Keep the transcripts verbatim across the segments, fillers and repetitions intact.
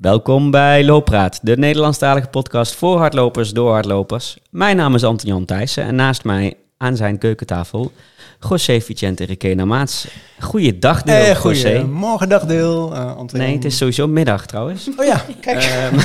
Welkom bij Looppraat, de Nederlandstalige podcast voor hardlopers door hardlopers. Mijn naam is Anton-Jan Thijssen en naast mij aan zijn keukentafel José Vicente Requena Maats. Goeiedag Deel, hey, José. Goedemorgen dag Deel, uh, Anton. Nee, het is sowieso middag trouwens. Oh ja, kijk. Um,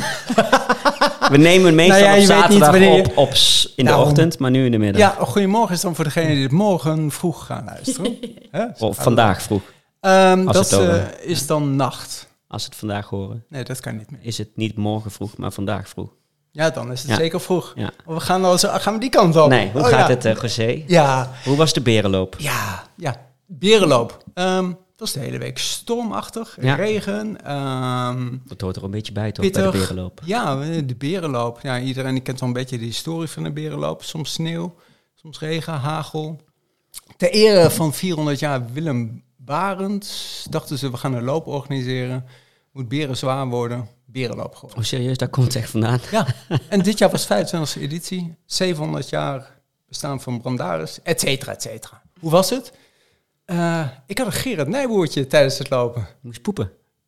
we nemen meestal nou ja, op zaterdag je... op, op in Daarom. de ochtend, maar nu in de middag. Ja, goedemorgen is dan voor degene die het morgen vroeg gaan luisteren. Huh? Of vandaag vroeg. Um, Als dat het uh, is dan nacht. Als ze het vandaag horen. Nee, dat kan niet meer. Is het niet morgen vroeg, maar vandaag vroeg. Ja, dan is het ja. zeker vroeg. Ja. We gaan, nou zo, gaan we die kant op. Nee, hoe oh, gaat ja. het, uh, José? Ja. Hoe was de berenloop? Ja, ja. Berenloop. Um, het was de hele week stormachtig, ja. regen. Um, dat hoort er een beetje bij, toch, pittig. bij de berenloop? Ja, de berenloop. Ja, iedereen die kent wel een beetje de historie van de berenloop. Soms sneeuw, soms regen, hagel. Ter ere van vierhonderd jaar Willem Barends dachten ze, we gaan een loop organiseren. Moet beren zwaar worden. Berenloop gewoon. Oh, serieus? Daar komt het echt vandaan? Ja, en dit jaar was vijfentwintigste editie. zevenhonderd jaar bestaan van Brandaris, et cetera, et cetera. Hoe was het? Uh, ik had een Gerard Nijboertje tijdens het lopen. Moest poepen?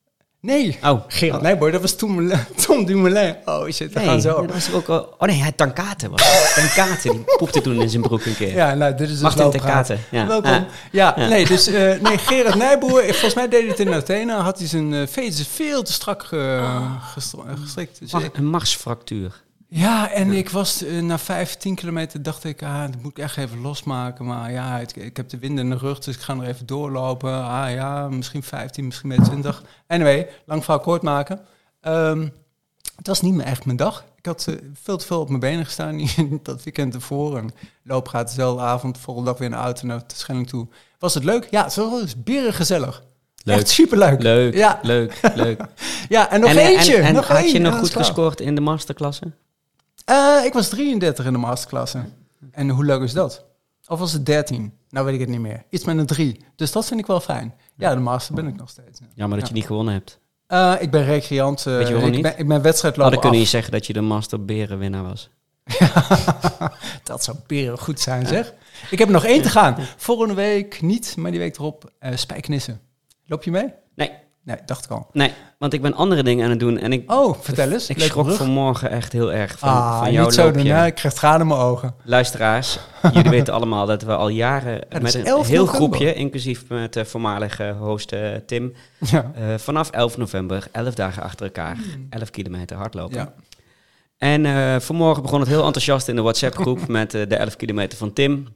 Nee, oh. Gerard oh. Nijboer, dat was Tom, Tom Dumoulin. Oh shit, we nee, gaan zo. Dat was ook al, oh nee, hij Tankate was het. Tankate, die poepte toen in zijn broek een keer. Ja, nou, dit is dus Martin Tankate. Ja. Welkom. Ah. Ja, ja, nee, dus uh, nee, Gerard Nijboer, volgens mij deed hij het in Athene, had hij zijn uh, vezen veel te strak uh, gestrikt. Dus Mag, een marsfractuur. Ja, en ik was uh, na vijftien kilometer dacht ik, ah, dat moet ik echt even losmaken. Maar ja, ik, ik heb de wind in de rug, dus ik ga er even doorlopen. Ah ja, misschien vijftien, misschien met twintig. Anyway, lang verhaal kort maken. Um, het was niet meer echt mijn dag. Ik had uh, veel te veel op mijn benen gestaan dat weekend ervoor. En loop gaat dezelfde avond, de volgende dag weer naar de auto naar de Schelling toe. Was het leuk? Ja, het was berengezellig. Leuk. Echt superleuk. Leuk, ja. leuk, leuk. Ja, en nog en, eentje. En, en nog had één. je nog ja, goed gescoord in de masterklasse? Uh, ik was drieëndertig in de masterklasse. En hoe leuk is dat? Of was het dertien? Nou weet ik het niet meer. Iets met een drie. Dus dat vind ik wel fijn. Ja, de master ben ik nog steeds. Ja, maar dat ja. je niet gewonnen hebt. Uh, ik ben recreant. Uh, weet je waarom ik niet? Ben, ik ben wedstrijdloper. Oh, dan kun je af. niet zeggen dat je de master berenwinnaar was. Dat zou beren goed zijn, ja. zeg. Ik heb er nog één te gaan. Volgende week niet, maar die week erop uh, Spijkenissen. Loop je mee? Nee. Nee, dacht ik al. Nee, want ik ben andere dingen aan het doen. En ik, oh, vertel eens. Ik schrok vanmorgen echt heel erg van, ah, van jouw niet zo loopje. doen, hè? Ik krijg tranen in mijn ogen. Luisteraars, jullie weten allemaal dat we al jaren ja, met een heel november. groepje, inclusief met de voormalige host uh, Tim, ja. uh, vanaf elf november, elf dagen achter elkaar, elf kilometer hardlopen. Ja. En uh, vanmorgen begon het heel enthousiast in de WhatsApp-groep met uh, de elf kilometer van Tim,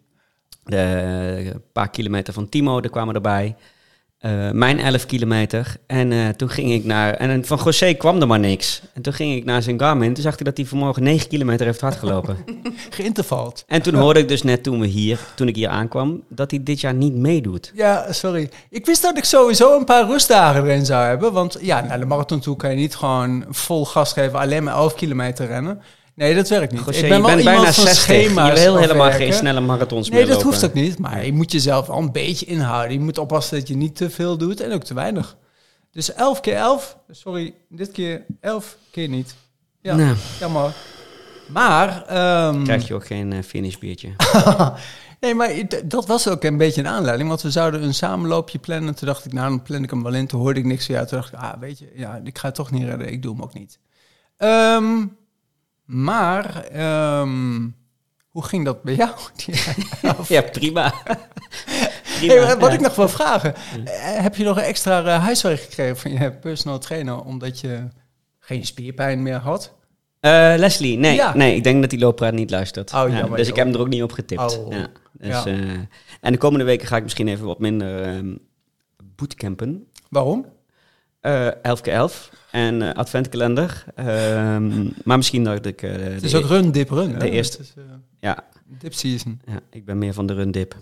de uh, paar kilometer van Timo, er kwamen erbij. Uh, mijn elf kilometer. En uh, toen ging ik naar... En van José kwam er maar niks. En toen ging ik naar zijn Garmin. Toen zag ik dat hij vanmorgen negen kilometer heeft hardgelopen. Geïntervald. En toen hoorde ik dus net toen we hier, toen ik hier aankwam, dat hij dit jaar niet meedoet. Ja, sorry. Ik wist dat ik sowieso een paar rustdagen erin zou hebben. Want ja, naar de marathon toe kan je niet gewoon vol gas geven, alleen maar elf kilometer rennen. Nee, dat werkt niet. José, ik ben wel je bent bijna zestig. Je wil helemaal werken. geen snelle marathons nee, meer dat lopen. hoeft ook niet. Maar je moet jezelf wel een beetje inhouden. Je moet oppassen dat je niet te veel doet en ook te weinig. Dus elf keer elf. Sorry, dit keer elf keer niet. Ja, nou. Jammer. Maar... Um, krijg je ook geen uh, finishbiertje. Nee, maar dat was ook een beetje een aanleiding. Want we zouden een samenloopje plannen. Toen dacht ik, nou, dan plan ik hem wel in. Toen hoorde ik niks van jou. Toen dacht ik, ah, weet je, ja, ik ga het toch niet redden. Ik doe hem ook niet. Um, Maar, um, hoe ging dat bij jou? ja, prima. prima hey, wat ja. ik nog wil vragen. Ja. Heb je nog een extra uh, huiswerk gekregen van je personal trainer... omdat je geen spierpijn meer had? Uh, Leslie, nee, ja. nee. Ik denk dat die looppraat niet luistert. Oh, ja, jammer, dus ik heb joh. hem er ook niet op getipt. Oh. Ja, dus, ja. uh, en de komende weken ga ik misschien even wat minder um, bootcampen. Waarom? Uh, elf keer elf en uh, adventkalender. Um, maar misschien dat ik... Uh, het is ook run, dip, run. De hè? eerste... Is, uh, ja. Dip season. Ja, ik ben meer van de run dip.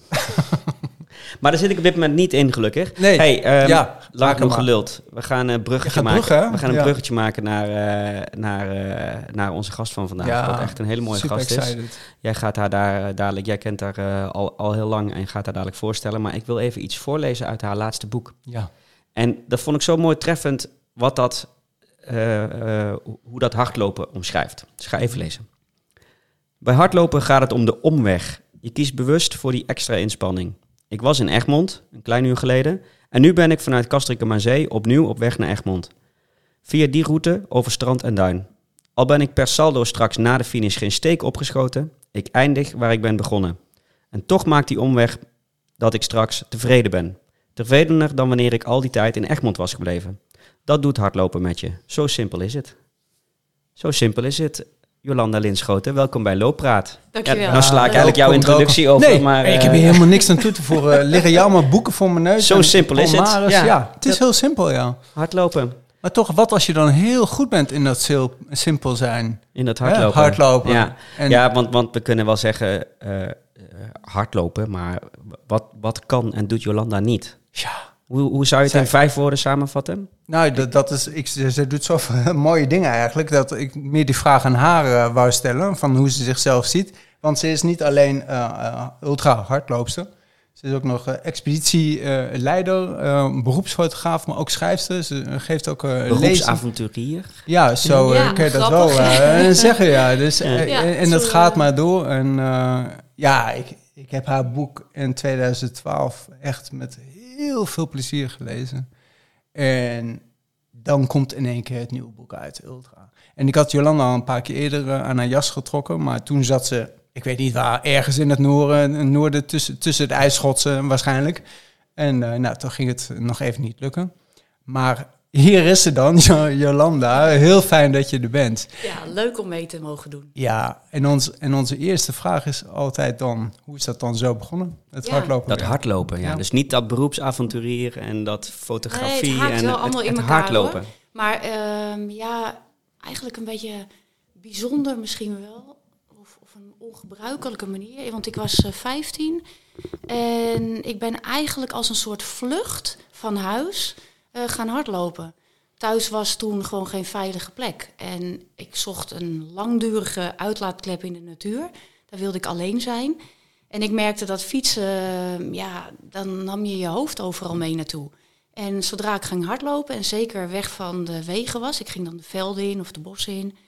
Maar daar zit ik op dit moment niet in, gelukkig. Nee, hey, um, ja, lang genoeg geluld. We gaan een bruggetje maken. Bruggen, we gaan een ja. bruggetje maken naar, uh, naar, uh, naar onze gast van vandaag. Ja, wat echt een hele mooie gast excited. is. Jij gaat haar daar dadelijk, jij kent haar uh, al, al heel lang en gaat haar dadelijk voorstellen. Maar ik wil even iets voorlezen uit haar laatste boek. Ja. En dat vond ik zo mooi treffend wat dat, uh, uh, hoe dat hardlopen omschrijft. Dus ga even lezen. Bij hardlopen gaat het om de omweg. Je kiest bewust voor die extra inspanning. Ik was in Egmond, een klein uur geleden. En nu ben ik vanuit Castricum aan Zee opnieuw op weg naar Egmond. Via die route over strand en duin. Al ben ik per saldo straks na de finish geen steek opgeschoten, ik eindig waar ik ben begonnen. En toch maakt die omweg dat ik straks tevreden ben. Tevredener dan wanneer ik al die tijd in Egmond was gebleven. Dat doet hardlopen met je. Zo simpel is het. Zo simpel is het. Jolanda Linschoten, welkom bij Looppraat. Dankjewel. Ja, nou sla ik eigenlijk jouw introductie over. Nee, maar, ik heb hier helemaal niks aan toe te voegen. Er liggen jou allemaal boeken voor mijn neus. Zo simpel is het. Ja, ja, het is heel simpel, ja. Hardlopen. Maar toch, wat als je dan heel goed bent in dat sil- simpel zijn? In dat hardlopen. Ja, hardlopen. Ja, en ja want, want we kunnen wel zeggen uh, uh, hardlopen, maar wat, wat kan en doet Jolanda niet? Ja. Hoe, hoe zou je het Zij, in vijf woorden samenvatten? Nou, dat, dat is, ik, ze doet zoveel mooie dingen eigenlijk, dat ik meer die vraag aan haar uh, wou stellen, van hoe ze zichzelf ziet. Want ze is niet alleen uh, uh, ultra-hardloopster, ze is ook nog uh, expeditieleider, uh, beroepsfotograaf, maar ook schrijfster. Ze geeft ook uh, beroepsavonturier. Lezing. Ja, zo uh, ja, kun je dat wel uh, zeggen, ja. Dus, ja. Uh, ja, en, en zo, dat gaat uh, maar door. En uh, ja, ik, ik heb haar boek in tweeduizend twaalf echt met heel veel plezier gelezen. En dan komt in één keer het nieuwe boek uit, Ultra. En ik had Jolanda al een paar keer eerder uh, aan haar jas getrokken, maar toen zat ze, ik weet niet waar, ergens in het noorden, noorden tussen, tussen het ijsschotsen waarschijnlijk. En uh, nou, toen ging het nog even niet lukken. Maar hier is ze dan, Jolanda. Heel fijn dat je er bent. Ja, leuk om mee te mogen doen. Ja, en, ons, en onze eerste vraag is altijd dan, hoe is dat dan zo begonnen? Het ja. hardlopen. Dat hardlopen, ja. ja. Dus niet dat beroepsavonturier en dat fotografie. Nee, het haakt en wel het, allemaal het, in het elkaar, hardlopen. Hoor. Maar um, ja, eigenlijk een beetje bijzonder misschien wel. Of, of een ongebruikelijke manier. Want ik was uh, vijftien en ik ben eigenlijk als een soort vlucht van huis uh, gaan hardlopen. Thuis was toen gewoon geen veilige plek. En ik zocht een langdurige uitlaatklep in de natuur. Daar wilde ik alleen zijn. En ik merkte dat fietsen, ja, dan nam je je hoofd overal mee naartoe. En zodra ik ging hardlopen en zeker weg van de wegen was, ik ging dan de velden in of de bossen in,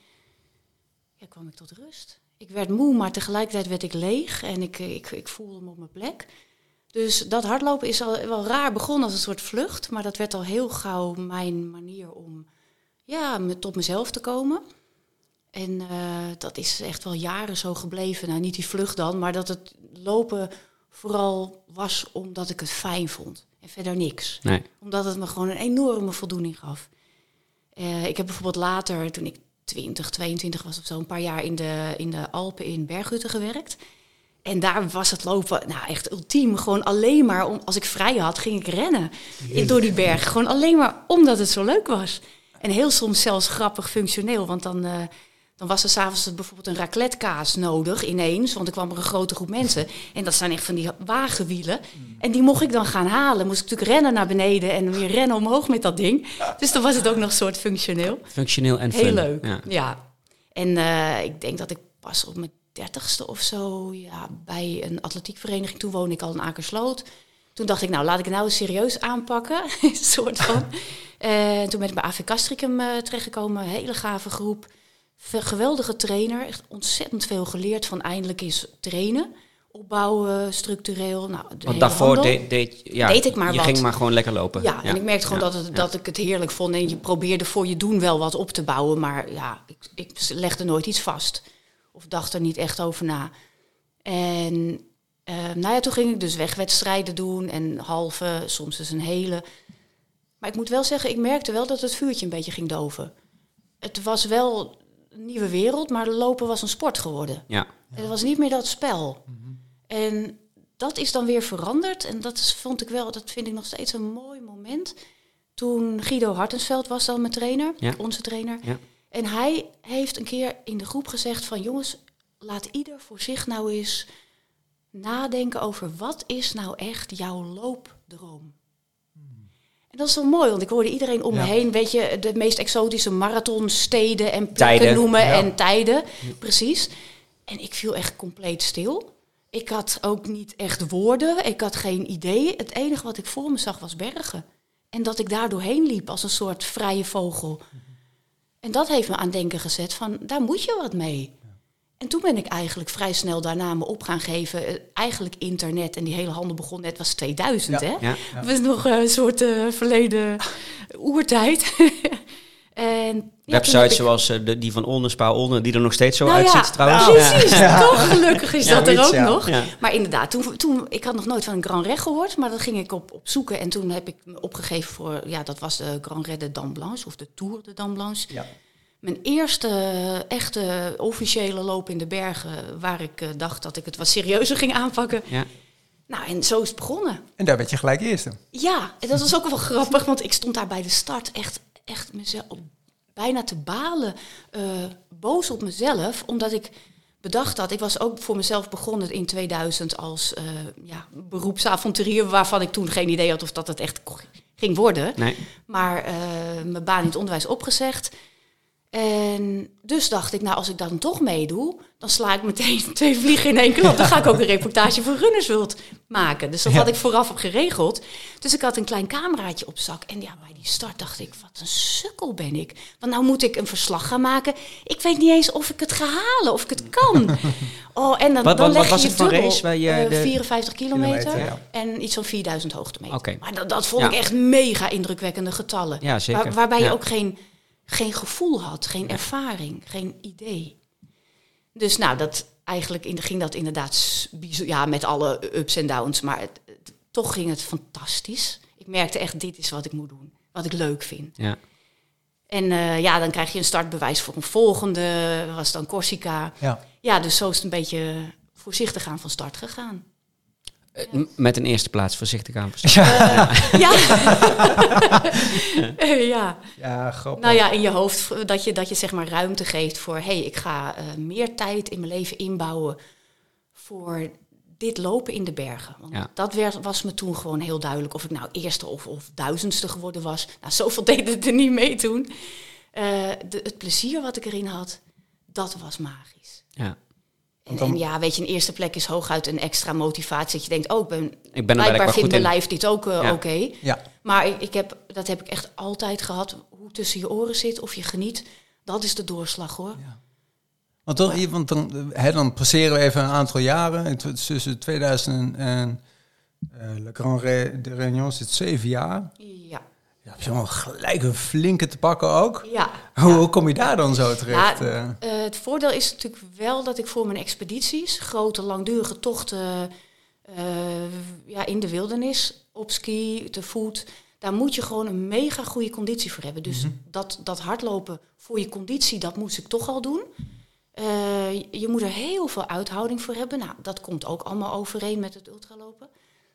ja, kwam ik tot rust. Ik werd moe, maar tegelijkertijd werd ik leeg en ik, ik, ik voelde me op mijn plek. Dus dat hardlopen is al wel raar begonnen als een soort vlucht, maar dat werd al heel gauw mijn manier om ja, tot mezelf te komen. En uh, dat is echt wel jaren zo gebleven. Nou, niet die vlucht dan, maar dat het lopen vooral was omdat ik het fijn vond. En verder niks. Nee. Omdat het me gewoon een enorme voldoening gaf. Uh, ik heb bijvoorbeeld later, toen ik twintig, tweeëntwintig was of zo, een paar jaar in de, in de Alpen in Berghutten gewerkt. En daar was het lopen nou echt ultiem. Gewoon alleen maar, om, als ik vrij had, ging ik rennen in, door die berg. Gewoon alleen maar omdat het zo leuk was. En heel soms zelfs grappig functioneel. Want dan, uh, dan was er s'avonds bijvoorbeeld een raclettekaas nodig ineens. Want er kwam er een grote groep mensen. En dat zijn echt van die wagenwielen. Mm. En die mocht ik dan gaan halen. Moest ik natuurlijk rennen naar beneden en weer rennen omhoog met dat ding. Dus dan was het ook nog een soort functioneel. Functioneel en fun. Heel leuk, ja. ja. En uh, ik denk dat ik pas op mijn dertigste of zo, ja, bij een atletiekvereniging. Toen woonde ik al in Akersloot. Toen dacht ik, nou, laat ik het nou eens serieus aanpakken. Een soort van. Uh, toen ben ik bij A V Castricum uh, terechtgekomen. Een hele gave groep. Geweldige trainer. Echt ontzettend veel geleerd van eindelijk eens trainen. Opbouwen, structureel. Nou, Want daarvoor deed, deed, ja, deed ik maar je wat. ging maar gewoon lekker lopen. Ja, ja. en ik merkte gewoon ja. dat, het, ja. dat ik het heerlijk vond. En je probeerde voor je doen wel wat op te bouwen. Maar ja, ik, ik legde nooit iets vast. Of dacht er niet echt over na. En uh, nou ja, toen ging ik dus wegwedstrijden doen. En halve, soms dus een hele. Maar ik moet wel zeggen, ik merkte wel dat het vuurtje een beetje ging doven. Het was wel een nieuwe wereld, maar lopen was een sport geworden. Ja. En het was niet meer dat spel. Mm-hmm. En dat is dan weer veranderd. En dat is, vond ik wel, dat vind ik nog steeds een mooi moment. Toen Guido Hartensveld was dan mijn trainer, ja. onze trainer. Ja. En hij heeft een keer in de groep gezegd van, jongens, laat ieder voor zich nou eens nadenken over wat is nou echt jouw loopdroom. Hmm. En dat is wel mooi, want ik hoorde iedereen om ja. me heen, weet je, de meest exotische marathonsteden en plekken tijden. noemen ja. en tijden, ja. precies. En ik viel echt compleet stil. Ik had ook niet echt woorden, ik had geen idee. Het enige wat ik voor me zag was bergen. En dat ik daar doorheen liep als een soort vrije vogel. Mm-hmm. En dat heeft me aan denken gezet van, daar moet je wat mee. Ja. En toen ben ik eigenlijk vrij snel daarna me op gaan geven. Uh, eigenlijk internet en die hele handel begon net, was tweeduizend, ja. hè? Ja. Ja. Dat was nog uh, een soort uh, verleden oertijd. En, ja, websites ik... zoals uh, de, die van Onderspaar Onder, die er nog steeds zo nou uitziet ja, trouwens. Precies, ja. Toch gelukkig is ja, dat er ook ja. nog. Ja. Maar inderdaad, toen, toen, ik had nog nooit van een Grand Red gehoord, maar dat ging ik op, op zoeken. En toen heb ik me opgegeven voor, ja, dat was de Grand Red de Dame Blanche, of de Tour de Dame Blanche. Ja. Mijn eerste echte officiële loop in de bergen, waar ik uh, dacht dat ik het wat serieuzer ging aanpakken. Ja. Nou, en zo is het begonnen. En daar werd je gelijk eerste. Ja, en dat was ook wel grappig, want ik stond daar bij de start echt, echt mezelf, bijna te balen, uh, boos op mezelf, omdat ik bedacht had, ik was ook voor mezelf begonnen in tweeduizend als uh, ja, beroepsavonturier, waarvan ik toen geen idee had of dat het echt ging worden. Nee. Maar uh, mijn baan in het onderwijs opgezegd. En dus dacht ik, nou, als ik dan toch meedoe, dan sla ik meteen twee vliegen in één klap. Dan ga ik ook een reportage voor Runners World maken. Dus dat ja. had ik vooraf geregeld. Dus ik had een klein cameraatje op zak. En ja, bij die start dacht ik, wat een sukkel ben ik. Want nou moet ik een verslag gaan maken. Ik weet niet eens of ik het ga halen, of ik het kan. Oh, en dan, wat, dan wat, leg wat was je het voor race? Waar je uh, de... vierenvijftig kilometer, kilometer ja. en iets van vierduizend hoogtemeter. Okay. Maar dat, dat vond ja. ik echt mega indrukwekkende getallen. Ja, zeker. Waar, waarbij ja. je ook geen... geen gevoel had, geen ervaring, geen idee. Dus nou, dat, eigenlijk ging dat inderdaad ja, met alle ups en downs, maar het, het, toch ging het fantastisch. Ik merkte echt, dit is wat ik moet doen, wat ik leuk vind. Ja. En uh, ja, dan krijg je een startbewijs voor een volgende, was dan Corsica. Ja, ja dus zo is het een beetje voorzichtig aan van start gegaan. Ja. Met een eerste plaats voorzichtig aan. Ja. Uh, ja. ja. Ja, grappig. Nou ja, in je hoofd dat je, dat je zeg maar ruimte geeft voor... hé, hey, ik ga uh, meer tijd in mijn leven inbouwen voor dit lopen in de bergen. Want ja. dat werd, was me toen gewoon heel duidelijk. Of ik nou eerste of, of duizendste geworden was. Nou, zoveel deed het er niet mee toen. Uh, de, het plezier wat ik erin had, dat was magisch. Ja. En, dan, en ja, weet je, een eerste plek is hooguit een extra motivatie. Dat je denkt, oh, ik ben, ik ben blijkbaar vindt mijn lijf dit ook uh, ja. oké. Okay. Ja. Maar ik, ik heb, dat heb ik echt altijd gehad. Hoe tussen je oren zit, of je geniet, dat is de doorslag, hoor. Ja. Want, dan, want dan, hè, dan passeren we even een aantal jaren. Tussen tweeduizend en uh, Le Grand Red de Réunion zit zeven jaar. Ja. Ja, heb je wel gelijk een flinke te pakken ook. Ja. Hoe, ja. hoe kom je daar dan zo terecht? Ja, uh, het voordeel is natuurlijk wel dat ik voor mijn expedities, grote langdurige tochten uh, ja, in de wildernis, op ski, te voet, daar moet je gewoon een mega goede conditie voor hebben. Dus mm-hmm. dat, dat hardlopen voor je conditie, dat moest ik toch al doen. Uh, je moet er heel veel uithouding voor hebben. Nou, dat komt ook allemaal overeen met het ultralopen.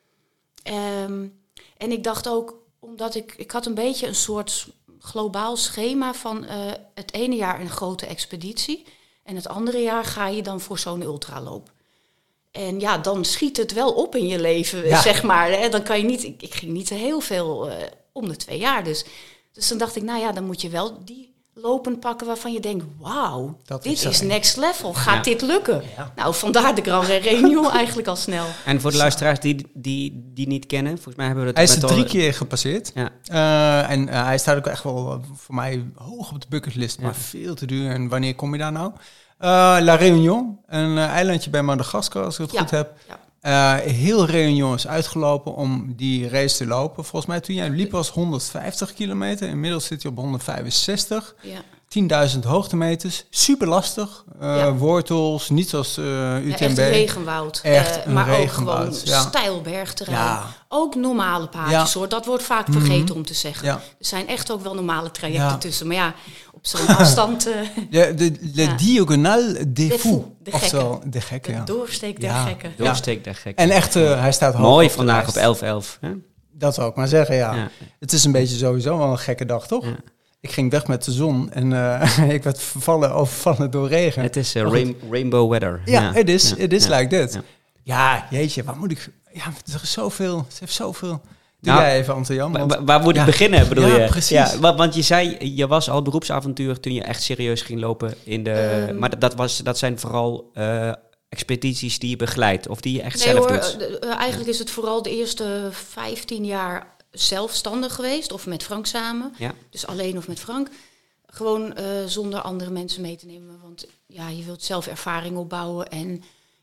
Um, en ik dacht ook, omdat ik, ik had een beetje een soort globaal schema van uh, het ene jaar een grote expeditie en het andere jaar ga je dan voor zo'n ultraloop. En ja, dan schiet het wel op in je leven, ja. zeg maar. Hè? Dan kan je niet, ik, ik ging niet heel veel uh, om de twee jaar. Dus, dus dan dacht ik, nou ja, dan moet je wel die lopen pakken waarvan je denkt, wauw, dit is, is next level. Gaat ja. dit lukken? Ja. Nou, vandaar de Grand Red Réunion eigenlijk al snel. En voor de luisteraars die die, die niet kennen, volgens mij hebben we dat... Hij is er drie keer gepasseerd. Ja. Uh, en uh, hij staat ook echt wel voor mij hoog op de bucketlist, maar ja. veel te duur. En wanneer kom je daar nou? Uh, La Réunion, een uh, eilandje bij Madagaskar, als ik het ja. goed heb. Ja. Uh, heel Réunion is uitgelopen om die race te lopen. Volgens mij toen jij liep was honderdvijftig kilometer. Inmiddels zit je op honderdvijfenzestig. Ja. tienduizend hoogtemeters. Super lastig. Uh, ja. Wortels, niet zoals uh, U T M B. Ja, echt een regenwoud. Echt uh, een maar regenwoud. ook gewoon ja. steil bergterrein. Ja. Ook normale paadjes ja. hoor. Dat wordt vaak vergeten mm-hmm. om te zeggen. Ja. Er zijn echt ook wel normale trajecten ja. tussen. Maar ja, op zo'n afstand... Uh, de de, de ja. Diagonale des Fous. De gekken. De gekken, ja. De doorsteek der ja. gekken. Doorsteek der gekken. En echt, uh, hij staat hoog. Mooi vandaag op elf elf. Hè? Dat zou ik maar zeggen, ja. ja. Het is een beetje sowieso wel een gekke dag, toch? Ja. Ik ging weg met de zon en uh, ik werd vervallen, overvallen door regen. Het is uh, rain, rainbow weather. Ja, het is, het is like that. Ja. ja, jeetje, waar moet ik... Ja, er is zoveel, het heeft zoveel... Doe nou, jij even, Anton-Jan. Want... Waar, waar moet ik ja. beginnen, bedoel ja, je? Precies. Ja, want, want je zei, je was al beroepsavontuur toen je echt serieus ging lopen in de... Um, maar dat, was, dat zijn vooral uh, expedities die je begeleidt of die je echt nee, zelf hoor, doet? Uh, uh, eigenlijk is het vooral de eerste vijftien jaar zelfstandig geweest. Of met Frank samen. Ja. Dus alleen of met Frank. Gewoon uh, zonder andere mensen mee te nemen. Want ja, je wilt zelf ervaring opbouwen. En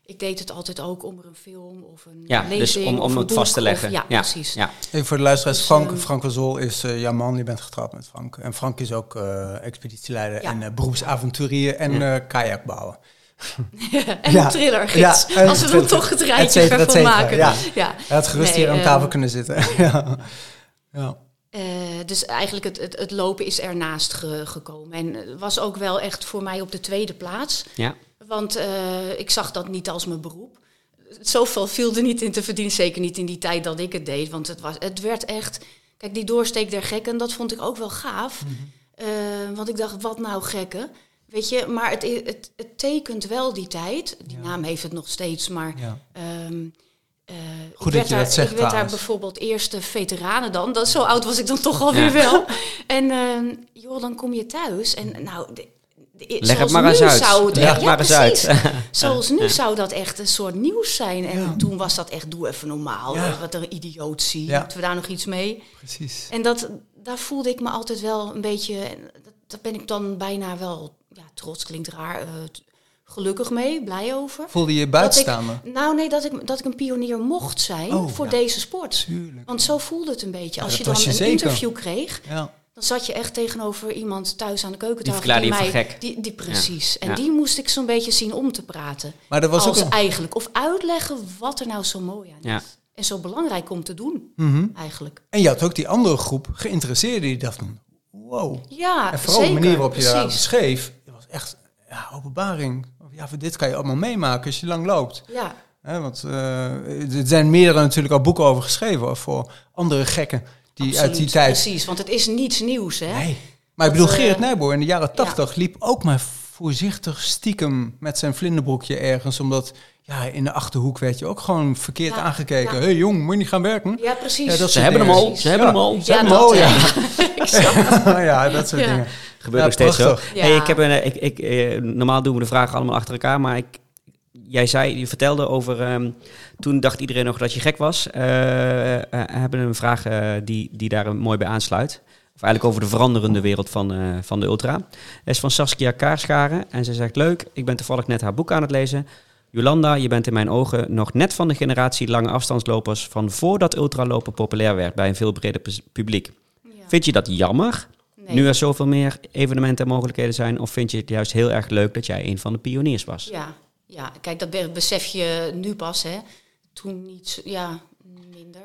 ik deed het altijd ook om er een film of een ja, lezing dus om, om of het vast te leggen. Of, ja, ja, precies. Ja. Even voor de luisteraars, Dus, Frank, um, Frank van Zol is uh, jouw man, je bent getrouwd met Frank. En Frank is ook uh, expeditieleider ja. en uh, beroepsavonturier en ja. uh, kajakbouwer. en ja. een trillergids. Ja, als we dan toch het rijtje ervan maken. Ja. Ja. Hij had gerust nee, hier aan um, tafel kunnen zitten. ja. Ja. Uh, dus eigenlijk het, het, het lopen is ernaast ge, gekomen. En het was ook wel echt voor mij op de tweede plaats. Ja. Want uh, ik zag dat niet als mijn beroep. Zoveel viel er niet in te verdienen. Zeker niet in die tijd dat ik het deed. Want het, was, het werd echt... Kijk, die doorsteek der gekken, dat vond ik ook wel gaaf. Mm-hmm. Uh, want ik dacht, wat nou gekken? Weet je, maar het, het, het tekent wel die tijd. Die ja. naam heeft het nog steeds, maar... Ja. Um, Uh, Goed dat je daar, dat zegt. Ik werd daar bijvoorbeeld eerste veteranen dan. Dat, zo oud was ik dan toch alweer ja. wel. En uh, joh, dan kom je thuis en nou... De, de, Leg het maar eens uit. Zou het, Leg ja, het maar eens uit. Zoals nu ja. zou dat echt een soort nieuws zijn. En ja. toen was dat echt, doe even normaal. Ja. Wat een idioot zie. Ja. Moeten we daar nog iets mee? Precies. En dat, daar voelde ik me altijd wel een beetje... Daar ben ik dan bijna wel... Ja, trots klinkt raar... Uh, gelukkig mee, blij over. Voelde je je buitenstaander? Nou nee, dat ik, dat ik een pionier mocht zijn oh, voor ja. deze sport. Tuurlijk. Want zo voelde het een beetje. Als ja, je dan je een zeker. interview kreeg, ja. dan zat je echt tegenover iemand thuis aan de keukentafel. Die verklaarde die je mij, voor gek. Die, die precies. Ja. En ja. die moest ik zo'n beetje zien om te praten. Maar dat was als ook een... eigenlijk. Of uitleggen wat er nou zo mooi aan is. Ja. En zo belangrijk om te doen, mm-hmm. eigenlijk. En je had ook die andere groep geïnteresseerden die dachten, wow. Ja, en vooral zeker, de manier waarop je precies. dat beschreef, dat was echt ja, openbaring. Ja, voor dit kan je allemaal meemaken als je lang loopt. Ja. He, want uh, er zijn meerdere natuurlijk al boeken over geschreven voor andere gekken die Absoluut, uit die tijd. Precies, want het is niets nieuws, hè? Nee. Maar ik bedoel, dat, Gerrit uh, Nijboer in de jaren tachtig ja. liep ook maar voorzichtig stiekem met zijn vlinderbroekje ergens, omdat ja, in de Achterhoek werd je ook gewoon verkeerd ja, aangekeken. Ja. Hé hey, jong, moet je niet gaan werken? Ja, precies. Ja, dat ze hebben dingen. hem al, ze hebben ja. hem al. Ze ja, hebben hem al, ja. ja. ja, dat soort ja. dingen. Gebeurt ja, nog steeds zo. Ja. Hey, ik heb een, ik, ik, eh, normaal doen we de vragen allemaal achter elkaar, maar ik, jij zei, je vertelde over, um, toen dacht iedereen nog dat je gek was. Uh, uh, hebben een vraag uh, die, die daar mooi bij aansluit. Of eigenlijk over de veranderende wereld van, uh, van de ultra. Dat is van Saskia Kaarscharen en ze zegt, leuk, ik ben toevallig net haar boek aan het lezen. Jolanda, je bent in mijn ogen nog net van de generatie lange afstandslopers van voordat ultralopen populair werd bij een veel breder publiek. Ja. Vind je dat jammer? Nee. Nu er zoveel meer evenementen en mogelijkheden zijn, of vind je het juist heel erg leuk dat jij een van de pioniers was? Ja, ja. Kijk, dat besef je nu pas, hè. Toen niet, ja, minder.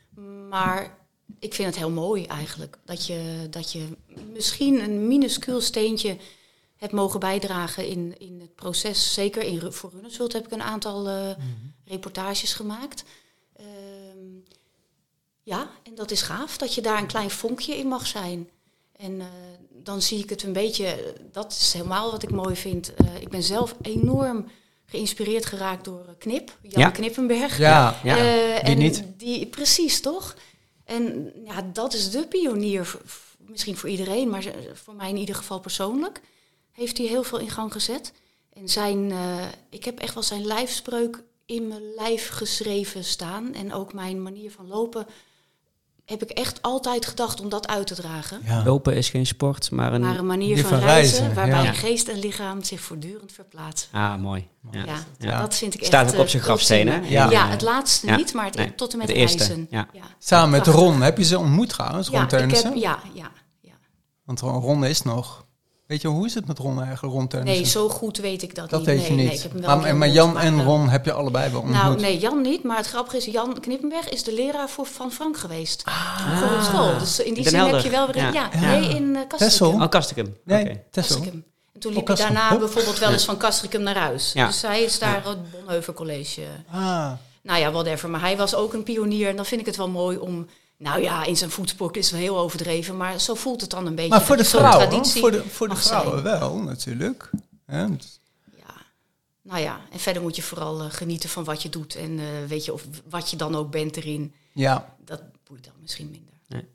Maar ik vind het heel mooi eigenlijk, dat je, dat je misschien een minuscuul steentje hebt mogen bijdragen in, in het proces. Zeker in, voor Runnersworld heb ik een aantal uh, mm-hmm. reportages gemaakt. Uh, ja, en dat is gaaf, dat je daar een klein vonkje in mag zijn. En uh, dan zie ik het een beetje, dat is helemaal wat ik mooi vind. Uh, ik ben zelf enorm geïnspireerd geraakt door Knip, Jan ja. Knippenberg. Ja, ja. Uh, die en niet. Die, precies, toch? En ja, dat is de pionier, voor, misschien voor iedereen, maar voor mij in ieder geval persoonlijk. Heeft hij heel veel in gang gezet. En zijn, uh, ik heb echt wel zijn lijfspreuk in mijn lijf geschreven staan. En ook mijn manier van lopen heb ik echt altijd gedacht om dat uit te dragen. Ja. Lopen is geen sport, maar een, maar een manier van, van reizen, reizen waarbij ja. geest en lichaam zich voortdurend verplaatsen. Ah, mooi. Ja, ja, ja. dat vind ik echt... Staat ook op zijn grafsteen, hè? Ja. ja, ja, het laatste ja. niet, maar het, nee. tot en met de eerste. reizen. Ja. Ja. Samen met Prachtig. Ron. Heb je ze ontmoet trouwens, Ron ja, Teunissen? Ik heb, ja, ja, ja. Want Ron is nog... Weet je, hoe is het met Ron eigenlijk, Ron Teunissen? Nee, zo goed weet ik dat, dat niet. weet nee, je niet. Nee, ik heb hem wel maar, maar Jan en Ron heb je allebei wel ontmoet? Nou, nee, Jan niet. Maar het grappige is, Jan Knippenberg is de leraar voor Van Frank geweest. Ah. Voor op school. Dus in die Den zin Helder. heb je wel weer... Ja, ja, ja. nee, in uh, Castricum. Oh, Castricum. Nee, okay. Texel. En toen liep oh, je daarna oh. bijvoorbeeld wel eens van Castricum naar huis. Ja. Dus hij is daar het Bonhoeffer College. Ah. Nou ja, whatever. Maar hij was ook een pionier. En dan vind ik het wel mooi om... Nou ja, in zijn voetspoor is wel heel overdreven. Maar zo voelt het dan een beetje. Maar voor de vrouwen, traditie voor de, voor de vrouwen zijn. wel natuurlijk. Ja. Ja, nou ja. En verder moet je vooral uh, genieten van wat je doet. En uh, weet je, of wat je dan ook bent erin. Ja. Dat boeit dan misschien minder. Nee.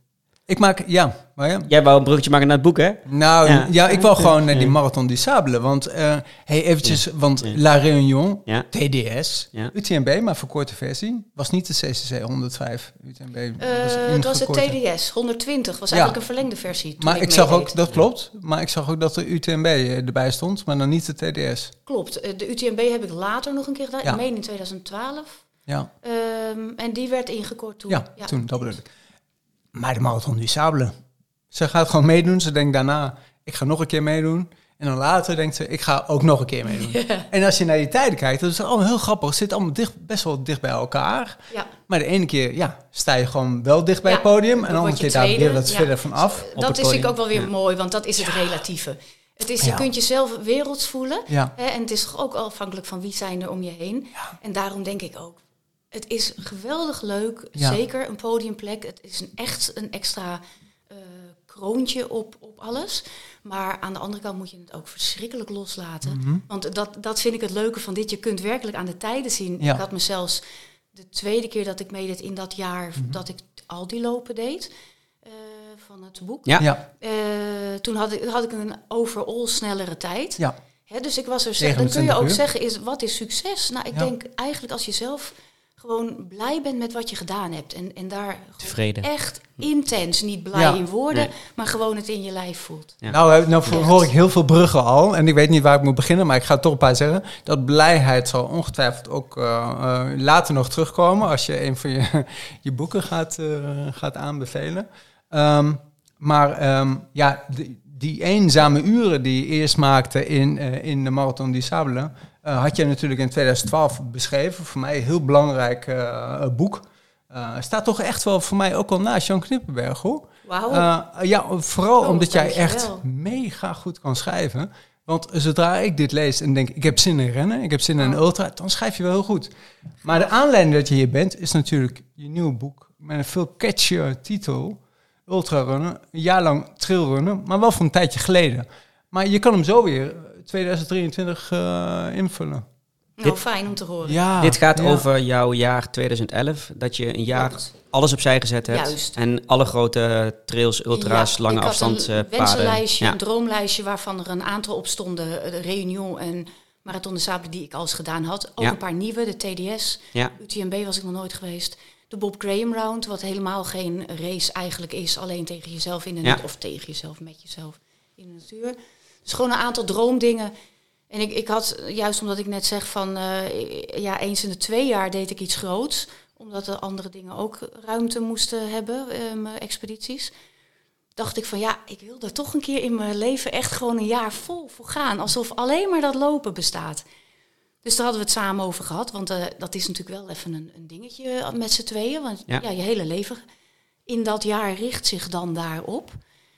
Ik maak, ja. Maar ja. Jij wou een bruggetje maken naar het boek, hè? Nou, ja, ja ik wou gewoon naar die Marathon du Sable. Want, uh, hey, eventjes, ja. want ja. La Réunion, ja. T D S, ja. U T M B, maar verkorte versie, was niet de C C C honderdvijf. U T M B uh, was het was het T D S, honderdtwintig, was eigenlijk ja. een verlengde versie. Maar ik, ik zag ook, dat klopt, maar ik zag ook dat de U T M B erbij stond, maar dan niet de T D S. Klopt, de U T M B heb ik later nog een keer gedaan, ja. ik meen in tweeduizend twaalf. Ja. Um, en die werd ingekort toen. Ja, ja. toen, dat bedoel ik. Maar de Marathon du Sable. Ze gaat gewoon meedoen. Ze denkt daarna, ik ga nog een keer meedoen. En dan later denkt ze, ik ga ook nog een keer meedoen. Yeah. En als je naar die tijden kijkt, dat is allemaal heel grappig. Het zit allemaal dicht, best wel dicht bij elkaar. Ja. Maar de ene keer ja, sta je gewoon wel dicht bij ja, het podium. En de andere keer daar weer wat ja. verder van af. Dat is ik ook wel weer ja. mooi, want dat is het relatieve. Het is, je ja. kunt jezelf werelds voelen. Ja. Hè, en het is ook afhankelijk van wie zijn er om je heen. Ja. En daarom denk ik ook, het is geweldig leuk. Ja. Zeker een podiumplek. Het is een echt een extra uh, kroontje op, op alles. Maar aan de andere kant moet je het ook verschrikkelijk loslaten. Mm-hmm. Want dat, dat vind ik het leuke van dit. Je kunt werkelijk aan de tijden zien. Ja. Ik had me zelfs de tweede keer dat ik meedeed in dat jaar mm-hmm. dat ik al die lopen deed. Uh, van het boek. Ja. Ja. Uh, toen had ik, had ik een overall snellere tijd. Ja. Hè, dus ik was er zeg, dan kun je ook uur. zeggen, is, wat is succes? Nou, ik ja. denk eigenlijk als je zelf gewoon blij bent met wat je gedaan hebt. En, en daar echt intens, niet blij ja. in woorden, nee. maar gewoon het in je lijf voelt. Ja. Nou, nou hoor ik heel veel bruggen al. En ik weet niet waar ik moet beginnen, maar ik ga toch een paar zeggen. Dat blijheid zal ongetwijfeld ook uh, uh, later nog terugkomen als je een van je, je boeken gaat, uh, gaat aanbevelen. Um, maar um, ja, die, die eenzame uren die je eerst maakte in, uh, in de Marathon du Sable, Uh, had je natuurlijk in tweeduizend twaalf beschreven. Voor mij een heel belangrijk uh, boek. Uh, staat toch echt wel voor mij ook al naast Jan Knippenberg, hoor. Wauw. Uh, ja, vooral oh, omdat jij echt wel. mega goed kan schrijven. Want zodra ik dit lees en denk, ik heb zin in rennen, ik heb zin in oh. een ultra, dan schrijf je wel heel goed. Maar de aanleiding dat je hier bent, is natuurlijk je nieuwe boek met een veel catchier titel. Ultrarunnen, een jaar lang trailrunnen, maar wel van een tijdje geleden. Maar je kan hem zo weer tweeduizend drieëntwintig uh, invullen. Nou, dit, fijn om te horen. Ja, dit gaat ja. over jouw jaar tweeduizend elf. Dat je een jaar Klopt. alles opzij gezet hebt. Juist. En alle grote trails, ultra's, ja, lange afstandspaden. Ik had een wensenlijstje, ja. een droomlijstje waarvan er een aantal op stonden. De Réunion en Marathon du Sable die ik alles gedaan had. Ook ja. een paar nieuwe, de T D S. Ja. U T M B was ik nog nooit geweest. De Bob Graham Round, wat helemaal geen race eigenlijk is. Alleen tegen jezelf in de ja. of tegen jezelf, met jezelf in de natuur. Dus gewoon een aantal droomdingen. En ik, ik had, juist omdat ik net zeg van, uh, ja, eens in de twee jaar deed ik iets groots. Omdat de andere dingen ook ruimte moesten hebben, uh, mijn expedities. Dacht ik van, ja, ik wil er toch een keer in mijn leven echt gewoon een jaar vol voor gaan. Alsof alleen maar dat lopen bestaat. Dus daar hadden we het samen over gehad. Want uh, dat is natuurlijk wel even een, een dingetje met z'n tweeën. Want ja. ja, je hele leven in dat jaar richt zich dan daarop.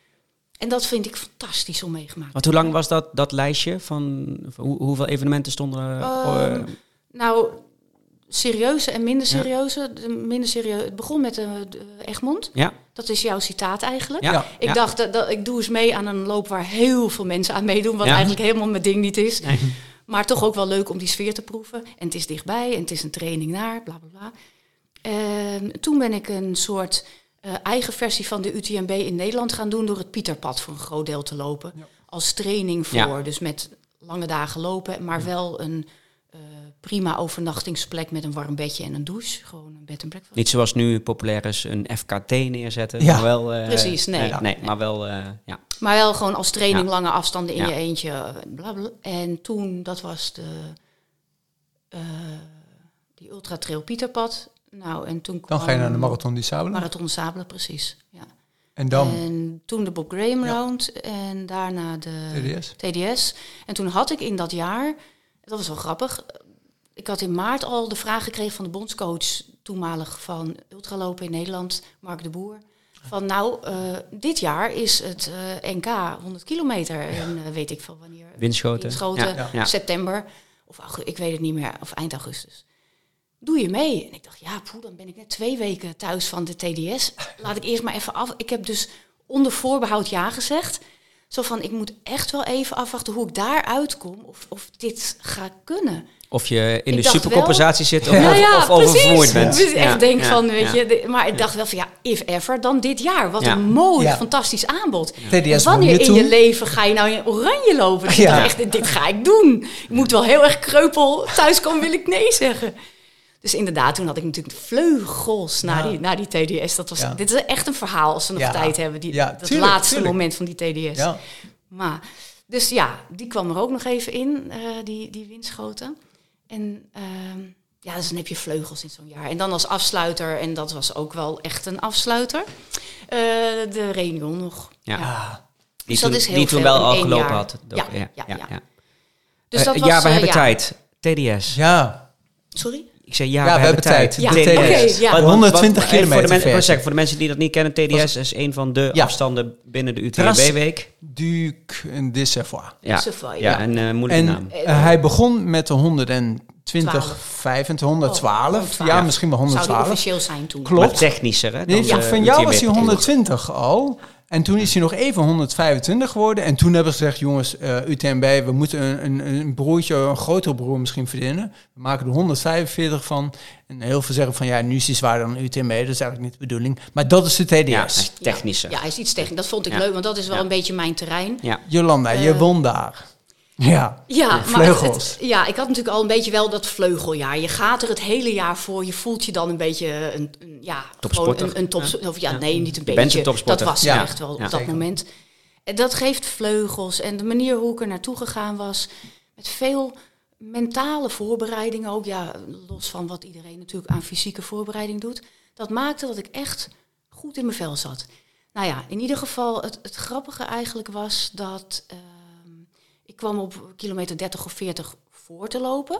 En dat vind ik fantastisch om meegemaakt. Want hoe lang was dat, dat lijstje? Van, van hoe, hoeveel evenementen stonden er? Uh, uh, nou, serieuze en minder serieuze. Ja. De minder serieuze. Het begon met de, de Egmond. Ja. Dat is jouw citaat eigenlijk. Ja. Ik ja. dacht, dat, dat, ik doe eens mee aan een loop waar heel veel mensen aan meedoen. Wat ja. eigenlijk helemaal mijn ding niet is. Nee. Maar toch ook wel leuk om die sfeer te proeven. En het is dichtbij en het is een training naar, bla bla bla. En toen ben ik een soort Uh, eigen versie van de U T M B in Nederland gaan doen door het Pieterpad voor een groot deel te lopen. Ja. Als training voor, ja. dus met lange dagen lopen, maar ja. wel een uh, prima overnachtingsplek met een warm bedje en een douche. Gewoon een bed en breakfast. Niet zoals nu populair is een F K T neerzetten. Ja. Maar wel, uh, Precies, nee. Uh, nee, nee. Maar wel, uh, ja. Maar wel gewoon als training ja. lange afstanden in ja. je eentje. Bla bla. En toen, dat was de uh, die Ultra Trail Pieterpad. Nou, en toen dan ga je naar de Marathon du Sable? Marathon du Sable, precies. Ja. En dan? En toen de Bob Graham ja. Round en daarna de T D S. T D S. En toen had ik in dat jaar, dat was wel grappig, ik had in maart al de vraag gekregen van de bondscoach, toenmalig van ultralopen in Nederland, Mark de Boer. Van nou, uh, dit jaar is het uh, N K honderd kilometer ja. en uh, weet ik veel wanneer. Winschoten. Winschoten, ja. Ja. September, of ik weet het niet meer, of eind augustus. Doe je mee? En ik dacht, ja, poeh, dan ben ik net twee weken thuis van de T D S. Laat ik eerst maar even af. Ik heb dus onder voorbehoud ja gezegd. Zo van, ik moet echt wel even afwachten hoe ik daaruit kom. Of, of dit ga kunnen. Of je in ik de supercompensatie wel, zit of, ja, ja, of oververmoeid bent. Dus echt ja, denk ja, van, weet ja. je. De, maar ik dacht wel van, ja, if ever, dan dit jaar. Wat ja. een mooi, ja. fantastisch aanbod. Ja. Wanneer in toen? je leven ga je nou in oranje lopen? Dus ja. ik dacht echt, dit ga ik doen. Ik moet wel heel erg kreupel thuis komen, wil ik nee zeggen. Dus inderdaad, toen had ik natuurlijk vleugels naar, ja. die, naar die T D S. Dat was, ja. Dit is echt een verhaal als we nog ja. tijd hebben. Die, ja, dat tuurlijk, laatste tuurlijk. moment van die T D S. Ja. Maar, dus ja, die kwam er ook nog even in, uh, die, die windschoten. En uh, ja, dus dan heb je vleugels in zo'n jaar. En dan als afsluiter, en dat was ook wel echt een afsluiter, uh, de Réunion nog. Ja. ja. Die dus toen, dat is heel die toen veel wel al in één gelopen jaar. had. Ja, ja, ja. ja. ja. Dus uh, dat was, ja, we uh, hebben ja. tijd. T D S. Ja. Sorry? Ik zei, ja, ja we, we hebben tijd. tijd. Ja. T D S. Okay, ja. Wat, honderdtwintig wat, kilometer. Voor de, men, zeggen, voor de mensen die dat niet kennen, T D S is een van de ja. afstanden binnen de U T M B-week. Du de Savoie. Ja, ja. ja, een uh, moeilijke en, naam. Uh, hij begon met de honderdtwintig, vijfentwintig, honderdtwaalf. Oh, ja, misschien wel honderdtwaalf. Zou die officieel zijn toen. Klopt. Maar technischer, hè? Nee, ja. Van jou was hij honderdtwintig al. En toen is hij nog even honderdvijfentwintig geworden. En toen hebben ze gezegd, jongens, uh, U T M B, we moeten een, een, een broertje, een grotere broer misschien verdienen. We maken er honderdvijfenveertig van. En heel veel zeggen van, ja, nu is hij zwaarder dan U T M B. Dat is eigenlijk niet de bedoeling. Maar dat is de T D S. Ja, hij is technischer. Ja, ja, hij is iets technisch. Dat vond ik ja. leuk, want dat is wel ja. een beetje mijn terrein. Ja. Jolanda, uh, je won daar. Ja, ja vleugels. Maar het, het, ja, ik had natuurlijk al een beetje wel dat vleugeljaar. Je gaat er het hele jaar voor. Je voelt je dan een beetje een, een ja, gewoon een, een top. Ja. Of ja, nee, niet een beetje. Dat was ja. echt wel ja, op dat zeker. moment. En dat geeft vleugels. En de manier hoe ik er naartoe gegaan was, met veel mentale voorbereidingen ook. Ja, los van wat iedereen natuurlijk aan fysieke voorbereiding doet. Dat maakte dat ik echt goed in mijn vel zat. Nou ja, in ieder geval, het, het grappige eigenlijk was dat Uh, ik kwam op kilometer dertig of veertig voor te lopen.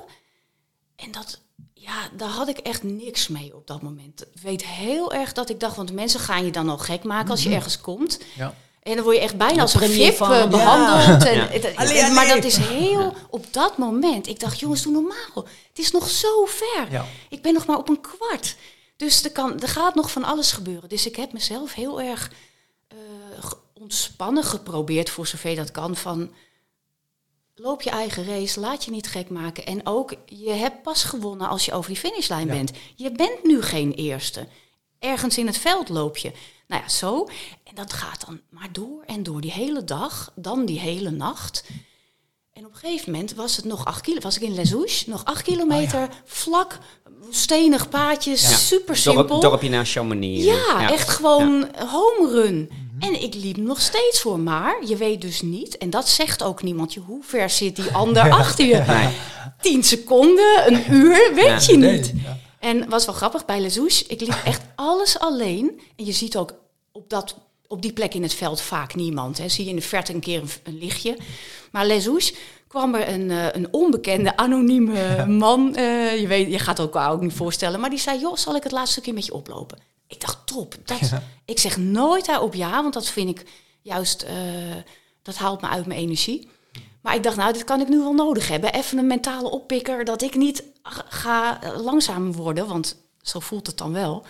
En dat, ja, daar had ik echt niks mee op dat moment. Ik weet heel erg dat ik dacht, want mensen gaan je dan al gek maken als je ergens komt. Ja. En dan word je echt bijna als een V I P van, behandeld. Ja. En, ja. En, allee, allee. Maar dat is heel, ja. op dat moment, ik dacht, jongens, doe normaal. Het is nog zo ver. Ja. Ik ben nog maar op een kwart. Dus er, kan, er gaat nog van alles gebeuren. Dus ik heb mezelf heel erg uh, ontspannen geprobeerd, voor zover dat kan, van loop je eigen race, laat je niet gek maken. En ook, je hebt pas gewonnen als je over die finishlijn ja. bent. Je bent nu geen eerste. Ergens in het veld loop je. Nou ja, zo. En dat gaat dan maar door en door. Die hele dag, dan die hele nacht. En op een gegeven moment was het nog acht kilometer. Was ik in Les Houches, nog acht kilometer, oh ja. vlak, stenig paadjes, ja. super simpel. Dorp, dorpje naar Chamonix. Ja, ja. echt gewoon ja. home run. En ik liep nog steeds voor, maar je weet dus niet, en dat zegt ook niemand, je, hoe ver zit die ander ja. achter je? Nee. Tien seconden, een uur, weet ja, je nee, niet. Ja. En het was wel grappig, bij Les Houches, ik liep echt alles alleen. En je ziet ook op, dat, op die plek in het veld vaak niemand. Hè. Zie je in de verte een keer een, een lichtje. Maar Les Houches kwam er een, uh, een onbekende, anonieme man. Uh, je, weet, je gaat het elkaar ook niet voorstellen. Maar die zei, joh, zal ik het laatste stukje met je oplopen? Ik dacht, top. Dat, ja. Ik zeg nooit daarop ja, want dat vind ik juist, uh, dat haalt me uit mijn energie. Maar ik dacht, nou, dit kan ik nu wel nodig hebben. Even een mentale oppikker, dat ik niet ga langzaam worden, want zo voelt het dan wel.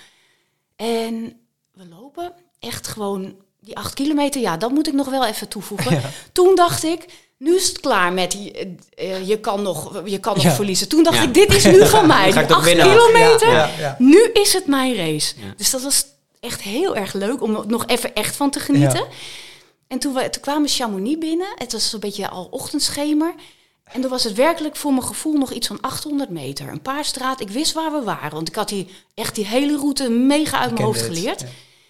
En we lopen echt gewoon die acht kilometer, ja, dat moet ik nog wel even toevoegen. Ja. Toen dacht ik, nu is het klaar met die, uh, je kan nog, je kan nog ja. verliezen. Toen dacht ja. ik, dit is nu van mij. Die acht kilometer, ja. Ja. Ja. Nu is het mijn race. Ja. Dus dat was echt heel erg leuk om nog even echt van te genieten. Ja. En toen, we, toen kwamen Chamonix binnen. Het was een beetje al ochtendschemer. En toen was het werkelijk voor mijn gevoel nog iets van achthonderd meter. Een paar straten. Ik wist waar we waren. Want ik had die, echt die hele route mega uit mijn hoofd geleerd. Ja.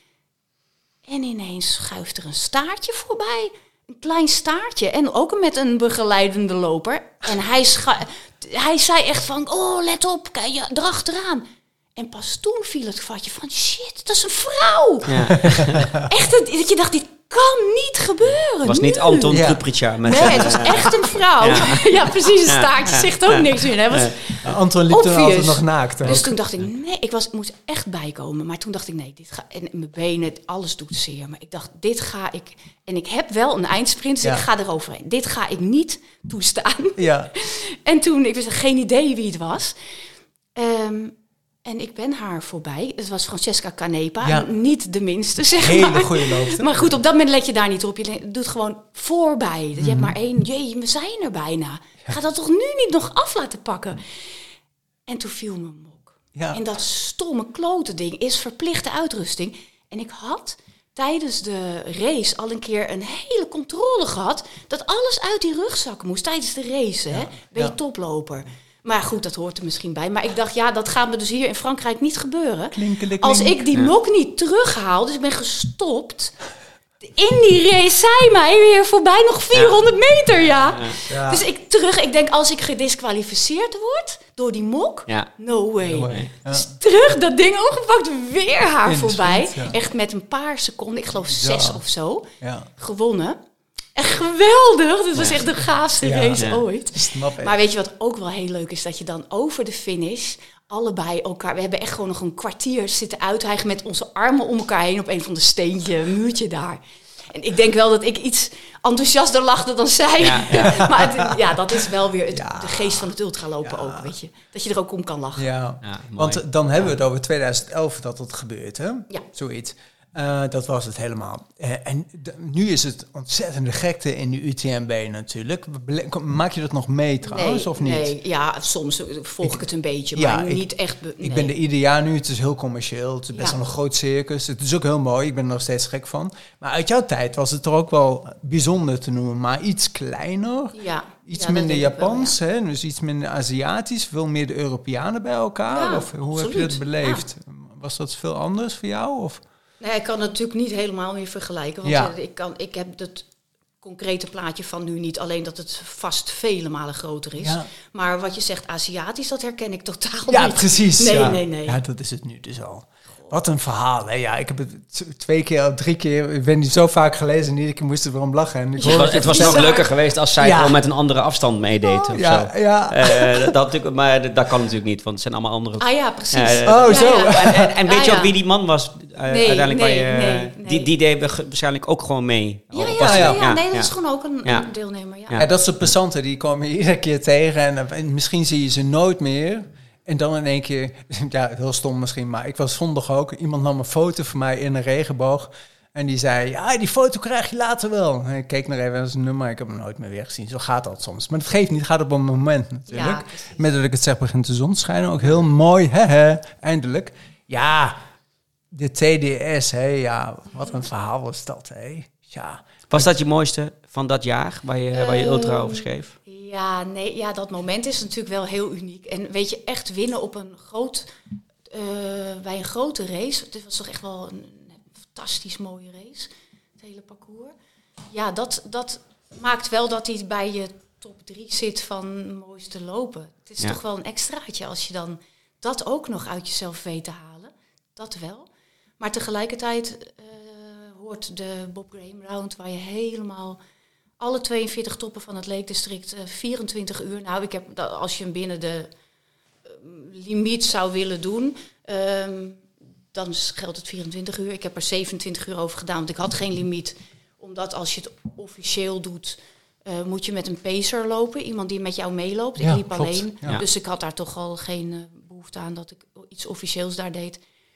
En ineens schuift er een staartje voorbij. Een klein staartje. En ook met een begeleidende loper. En hij, scha- hij zei echt van, oh, let op, kijk je erachteraan. En pas toen viel het vatje van, shit, dat is een vrouw. Ja. Echt, dat je dacht, dit kan niet gebeuren. Het was nu. niet Anton ja. Kuprica. Met nee, het was echt een vrouw. Ja, ja precies, een staartje ja. zegt ook ja. niks meer. Hè. Was ja. Anton liep toen altijd nog naakt. Ook. Dus toen dacht ik, nee, ik was, moest echt bijkomen. Maar toen dacht ik, nee, dit ga, en mijn benen, alles doet zeer. Maar ik dacht, dit ga ik, en ik heb wel een eindsprint, dus ja. ik ga eroverheen. Dit ga ik niet toestaan. Ja. En toen, ik wist geen idee wie het was. Um, En ik ben haar voorbij. Het was Francesca Canepa. Ja. Niet de minste, zeg Hele maar. goede loopte. Maar goed, op dat moment let je daar niet op. Je doet gewoon voorbij. Mm-hmm. Je hebt maar één. Jee, we zijn er bijna. Ja. Ga dat toch nu niet nog af laten pakken? En toen viel me mok. Ja. En dat stomme klote ding is verplichte uitrusting. En ik had tijdens de race al een keer een hele controle gehad... dat alles uit die rugzak moest tijdens de race. Ja. Hè? Ben je ja. toploper. Maar goed, dat hoort er misschien bij. Maar ik dacht, ja, dat gaat me dus hier in Frankrijk niet gebeuren. Klinkele, Als ik die ja. mok niet terughaal, dus ik ben gestopt... In die race zei mij weer voorbij nog vierhonderd ja. meter, ja. Ja. ja. Dus ik terug, ik denk, als ik gedisqualificeerd word door die mok, ja. no way. No way. Ja. Dus terug, dat ding opgepakt, weer haar voorbij. Sprint, ja. Echt met een paar seconden, ik geloof zes ja. of zo, ja. gewonnen. Echt geweldig, dit was ja. echt de gaafste ja. race ja. ooit. Snap maar weet je wat ook wel heel leuk is? Dat je dan over de finish... allebei elkaar... We hebben echt gewoon nog een kwartier zitten uithijgen... met onze armen om elkaar heen op een van de steentje, een muurtje daar. En ik denk wel dat ik iets enthousiaster lachte dan zij. Ja, ja. maar het, ja, dat is wel weer het, ja. de geest van het ultralopen ja. ook, weet je. Dat je er ook om kan lachen. Ja, ja want dan hebben we het over twintig elf dat het gebeurt, hè? Ja. Zoiets. Uh, dat was het helemaal. Uh, en d- nu is het ontzettende gekte in de U T M B natuurlijk. Maak je dat nog mee trouwens, nee, of niet? Nee, ja, soms volg ik, ik het een beetje, ja, maar ik, niet echt... Be- nee. Ik ben er ieder jaar nu, het is heel commercieel. Het is best ja. wel een groot circus. Het is ook heel mooi, ik ben er nog steeds gek van. Maar uit jouw tijd was het er ook wel bijzonder te noemen, maar iets kleiner. Ja. Iets ja, minder Japans, wel, ja. hè? Dus iets minder Aziatisch. Veel meer de Europeanen bij elkaar. Ja, of hoe absoluut. Heb je dat beleefd? Ja. Was dat veel anders voor jou, of... Nee, ik kan het natuurlijk niet helemaal meer vergelijken. Want ja. ik, kan, ik heb het concrete plaatje van nu niet. Alleen dat het vast vele malen groter is. Ja. Maar wat je zegt, Aziatisch, dat herken ik totaal ja, niet. Precies, nee, ja, nee, nee. Ja, dat is het nu dus al. Wat een verhaal, hè? Ja, ik heb het twee keer of drie keer... Ik ben niet zo vaak gelezen en iedere keer moest er weer om lachen. En ik ja, het was nog leuker geweest als zij ja. gewoon met een andere afstand meedeed. Oh, of ja, zo. Ja. Uh, dat, dat, maar dat kan natuurlijk niet, want het zijn allemaal andere... Ah ja, precies. Uh, oh, ja, zo. Ja. En, en, en weet ah, je ook wie die man was? Uh, nee, uiteindelijk nee, bij, uh, nee, nee. Die, die deed waarschijnlijk ook gewoon mee. Ja, ja, ja, ja, ja. Nee, dat is gewoon ook een, ja. een deelnemer. Ja. Ja. Ja, dat soort passanten, die komen je iedere keer tegen. En, en misschien zie je ze nooit meer... En dan in één keer, ja, heel stom misschien, maar ik was zondag ook. Iemand nam een foto van mij in een regenboog. En die zei, ja, die foto krijg je later wel. En ik keek nog even naar zijn nummer, ik heb hem nooit meer weer gezien. Zo gaat dat soms. Maar dat geeft niet, het gaat op een moment natuurlijk. Ja, met dat ik het zeg, begint de zon te schijnen. Ook heel mooi, hè, hè, eindelijk. Ja, de T D S, hè, ja, wat een verhaal was dat, hè. Ja. Was dat je mooiste van dat jaar, waar je, uh, waar je ultra over schreef? Ja, nee, ja, dat moment is natuurlijk wel heel uniek. En weet je, echt winnen op een groot, uh, bij een grote race. Het was toch echt wel een, een fantastisch mooie race, het hele parcours. Ja, dat, dat maakt wel dat hij bij je top drie zit van mooiste lopen. Het is ja. toch wel een extraatje als je dan dat ook nog uit jezelf weet te halen. Dat wel. Maar tegelijkertijd uh, hoort de Bob Graham Round, waar je helemaal... Alle tweeënveertig toppen van het Lake District, uh, vierentwintig uur. Nou, ik heb, als je hem binnen de uh, limiet zou willen doen, um, dan geldt het vierentwintig uur. Ik heb er zevenentwintig uur over gedaan, want ik had geen limiet. Omdat als je het officieel doet, uh, moet je met een pacer lopen. Iemand die met jou meeloopt. Ik ja, liep klopt. alleen, ja. dus ik had daar toch al geen uh, behoefte aan dat ik iets officieels daar deed.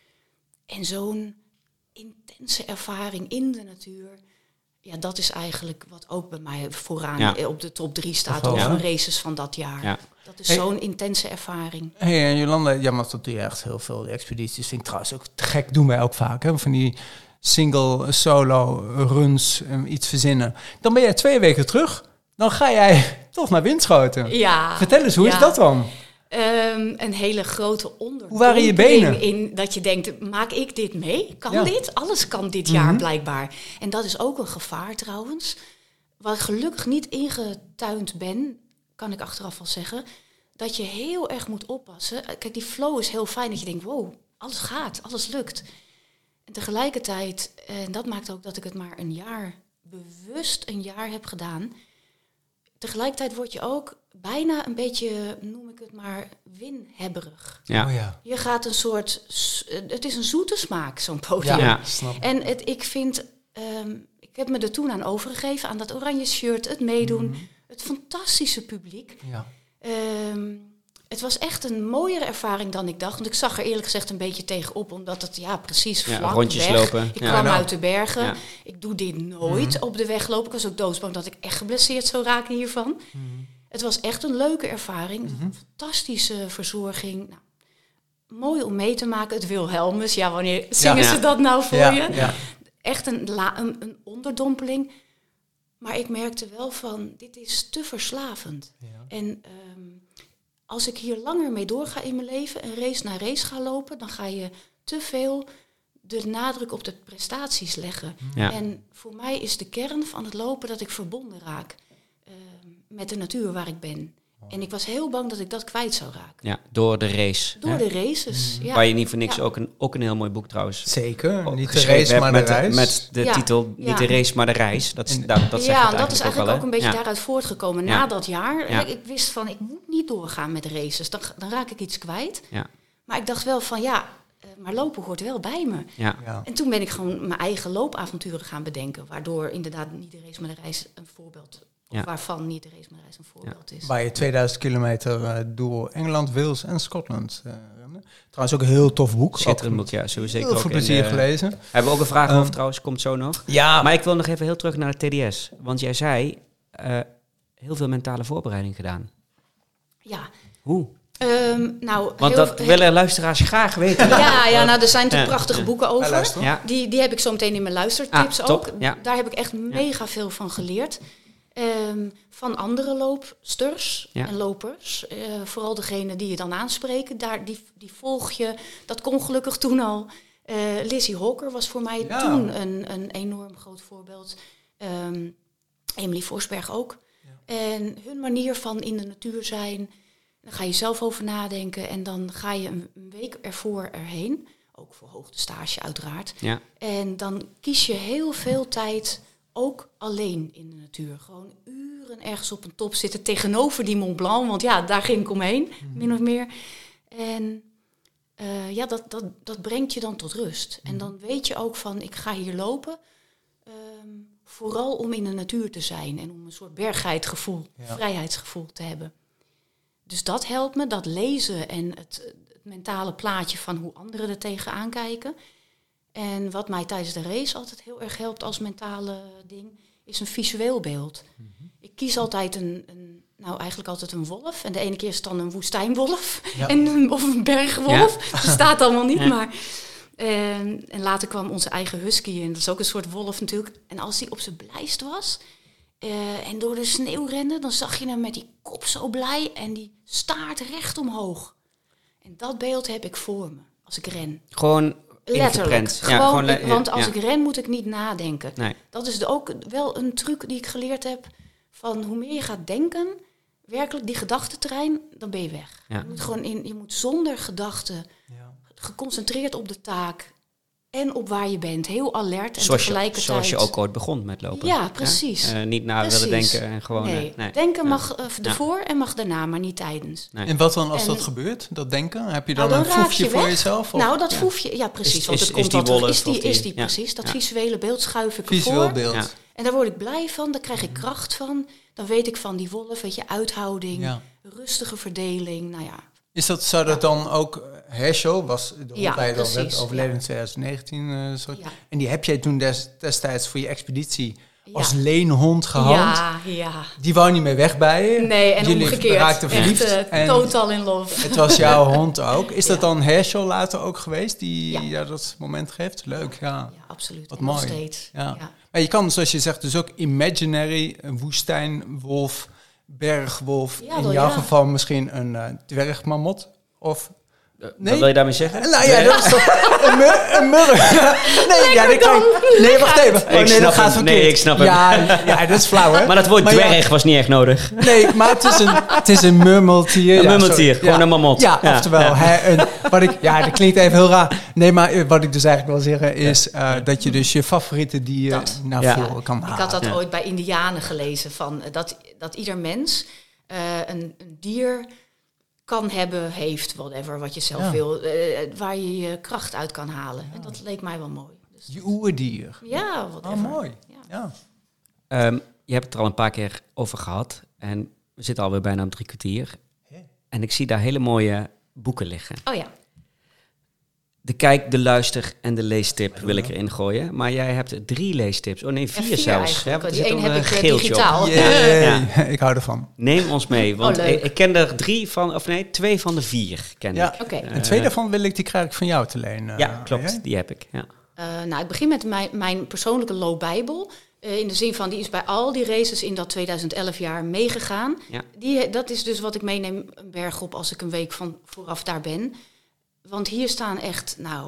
En zo'n intense ervaring in de natuur... Ja, dat is eigenlijk wat ook bij mij vooraan ja. op de top drie staat over ja. races van dat jaar. Ja. Dat is hey. zo'n intense ervaring. Hey, en Jolanda, ja, maar dat doe je echt heel veel expedities. Vind ik trouwens ook te gek, doen wij ook vaak. Hè? Van die single, solo, runs, um, iets verzinnen. Dan ben jij twee weken terug. Dan ga jij toch naar Winschoten. Ja. Vertel eens, hoe ja. is dat dan? Um, een hele grote onderdomping. Hoe waren je benen? In dat je denkt, maak ik dit mee? Kan ja. dit? Alles kan dit jaar mm-hmm. blijkbaar. En dat is ook een gevaar trouwens. Waar ik gelukkig niet ingetuind ben, kan ik achteraf wel zeggen, dat je heel erg moet oppassen. Kijk, die flow is heel fijn dat je denkt, wow, alles gaat, alles lukt. En tegelijkertijd, en dat maakt ook dat ik het maar een jaar, bewust een jaar heb gedaan. Tegelijkertijd word je ook bijna een beetje, noem ik het maar, winhebberig. Ja. Oh ja. Je gaat een soort, het is een zoete smaak, zo'n podium. Ja, snap. En het, ik vind, um, ik heb me er toen aan overgegeven, aan dat oranje shirt, het meedoen, mm-hmm. het fantastische publiek. Ja. Um, het was echt een mooiere ervaring dan ik dacht. Want ik zag er eerlijk gezegd een beetje tegenop. Omdat het, ja, precies vlak ja, rondjes weg. lopen. Ik ja, kwam nou. uit de bergen. Ja. Ik doe dit nooit mm-hmm. op de weg lopen. Ik was ook doodsbang dat ik echt geblesseerd zou raken hiervan. Mm-hmm. Het was echt een leuke ervaring. Mm-hmm. Fantastische verzorging. Nou, mooi om mee te maken. Het Wilhelmus. Ja, wanneer zingen ja. ze dat nou voor ja, je? Ja. Echt een, la, een, een onderdompeling. Maar ik merkte wel van, dit is te verslavend. Ja. En um, als ik hier langer mee doorga in mijn leven... en race na race ga lopen... dan ga je te veel de nadruk op de prestaties leggen. Ja. En voor mij is de kern van het lopen... dat ik verbonden raak uh, met de natuur waar ik ben. En ik was heel bang dat ik dat kwijt zou raken. Ja, door de race. Door hè? de races, ja. Waar je niet voor niks ja. ook, een, ook een heel mooi boek trouwens. Zeker, niet de geschreven race, maar de met, reis. Met de ja. titel, niet ja. de race, maar de reis. Dat, is, En, dat, dat zegt ja, het dat is eigenlijk ook, wel, ook een beetje ja. daaruit voortgekomen. Ja. Na dat jaar, Ja. ik, ik wist van, ik moet niet doorgaan met races. Dan, dan raak ik iets kwijt. Ja. Maar ik dacht wel van, ja, maar lopen hoort wel bij me. Ja. Ja. En toen ben ik gewoon mijn eigen loopavonturen gaan bedenken. Waardoor inderdaad niet de race, maar de reis een voorbeeld... Of Ja. waarvan niet de race, maar de reis een voorbeeld ja. is. Waar je tweeduizend kilometer uh, door Engeland, Wales en Schotland uh, rende. Trouwens ook een heel tof boek. Schitterend boek, ja. Zullen we zeker heel ook veel in, plezier uh, gelezen. Hebben we ook een vraag Um, over trouwens, komt zo nog. Ja. Maar ik wil nog even heel terug naar de T D S. Want jij zei, uh, heel veel mentale voorbereiding gedaan. Ja. Hoe? Um, nou, Want heel, dat willen luisteraars graag weten. Ja, ja, nou, er zijn natuurlijk ja. prachtige ja. boeken over. Ja. Die, die heb ik zo meteen in mijn luistertips ah, top. ook. Ja. Daar heb ik echt mega veel van geleerd. Um, van andere loopsters ja. en lopers. Uh, vooral degene die je dan aanspreken. Daar, die, die volg je. Dat kon gelukkig toen al. Uh, Lizzie Hawker was voor mij ja. toen een, een enorm groot voorbeeld. Um, Emily Forsberg ook. Ja. En hun manier van in de natuur zijn. Dan ga je zelf over nadenken. En dan ga je een, een week ervoor erheen. Ook voor hoogtestage uiteraard. Ja. En dan kies je heel veel tijd... ook alleen in de natuur. Gewoon uren ergens op een top zitten tegenover die Mont Blanc. Want ja, daar ging ik omheen, mm-hmm. min of meer. En uh, ja, dat, dat, dat brengt je dan tot rust. Mm-hmm. En dan weet je ook van, ik ga hier lopen. Um, vooral om in de natuur te zijn. En om een soort bergheidgevoel, ja. vrijheidsgevoel te hebben. Dus dat helpt me, dat lezen en het, het mentale plaatje van hoe anderen er tegenaan kijken... En wat mij tijdens de race altijd heel erg helpt als mentale ding, is een visueel beeld. Mm-hmm. Ik kies altijd een, een, nou eigenlijk altijd een wolf. En de ene keer is het dan een woestijnwolf ja. en, of een bergwolf. Ja. Dat staat allemaal niet, ja. maar... En, en later kwam onze eigen husky in. Dat is ook een soort wolf natuurlijk. En als die op zijn blijst was uh, en door de sneeuw rende, dan zag je hem met die kop zo blij en die staart recht omhoog. En dat beeld heb ik voor me als ik ren. Gewoon... Letterlijk. Ja, gewoon, gewoon le- ik, want als ja. ik ren moet ik niet nadenken. Nee. Dat is de ook wel een truc die ik geleerd heb. Van hoe meer je gaat denken, werkelijk die gedachtentrein, dan ben je weg. Ja. Je moet gewoon in, je moet zonder gedachten, ja. geconcentreerd op de taak en op waar je bent. Heel alert en zoals tegelijkertijd... Je, zoals je ook ooit begon met lopen. Ja, precies. Ja? Uh, niet na precies. willen denken en gewoon... Nee, uh, nee. denken mag uh, ervoor ja. en mag daarna, maar niet tijdens. Nee. En wat dan als en, dat gebeurt, dat denken? Heb je dan, nou, dan een foefje je voor jezelf? Of? Nou, dat ja. foefje, ja precies. Is, want is, het komt is die terug. Is die, die, is die ja. precies. Dat ja. visuele beeld schuif ik Visueel ervoor. beeld. Ja. En daar word ik blij van, daar krijg ik kracht van. Dan weet ik van die wolf, weet je, uithouding, ja. rustige verdeling, nou ja. Is dat, zou dat ja. dan ook... Herschel was de ja, bij precies, werd overleden ja. in twintig negentien. Uh, zo. Ja. En die heb jij toen des, destijds voor je expeditie ja. als leenhond gehouden. Ja, ja. Die wou niet meer weg bij je. Nee, en jullie omgekeerd. raakten verliefd. Echt, uh, en totaal in love. Het was jouw hond ook. Is dat ja. dan Herschel later ook geweest die ja. jou dat moment geeft? Leuk, ja. Ja, absoluut. Wat nog mooi. steeds. Ja. Ja. Maar je kan, zoals je zegt, dus ook imaginary, een woestijnwolf, bergwolf. Ja, in wel, jouw ja. geval misschien een uh, dwergmamot of... Nee? Wat wil je daarmee zeggen? Nou ja, dat is toch een, mur, een murk. Nee, ja, dat kan, nee, wacht even. Oh, nee, ik snap dat gaat hem. Nee, ik snap hem. Ja, ja, dat is flauw, hè? Maar dat woord maar dwerg ja, was niet echt nodig. Nee, maar het is een, het is een murmeltier. Een ja, murmeltier, sorry. gewoon ja. een mamot. Ja, ja. oftewel, ja. Hè, een, wat ik, ja, dat klinkt even heel raar. Nee, maar wat ik dus eigenlijk wil zeggen is uh, dat je dus je favoriete dier dat. naar ja. voren kan halen. Ik had dat ja. ooit bij Indianen gelezen, van, uh, dat, dat ieder mens uh, een, een dier... kan hebben, heeft, whatever, wat je zelf ja. wil, uh, waar je je kracht uit kan halen. Ja. En dat leek mij wel mooi. Dus je oerdier. Ja, whatever. Oh, mooi. Ja. Ja. Um, je hebt het er al een paar keer over gehad. En we zitten alweer bijna op drie kwartier. He? En ik zie daar hele mooie boeken liggen. Oh ja. De kijk, de luister en de leestip wil ik erin gooien. Maar jij hebt drie leestips. Oh nee, vier, vier zelfs. Ja, er die één heb ik geeltje digitaal. Yeah. Ja. Ja. Ik hou ervan. Neem ons mee, want oh, ik, ik ken er drie van, of nee, twee van de vier ken ja. ik. Okay. En twee daarvan wil ik, die krijg ik van jou te lenen. Ja, klopt. Uh, die heb ik, ja. Uh, nou, ik begin met mijn, mijn persoonlijke loopbijbel. Uh, in de zin van, die is bij al die races in dat tweeduizend elf jaar meegegaan. Ja. Die, dat is dus wat ik meeneem een berg op als ik een week van vooraf daar ben. Want hier staan echt, nou,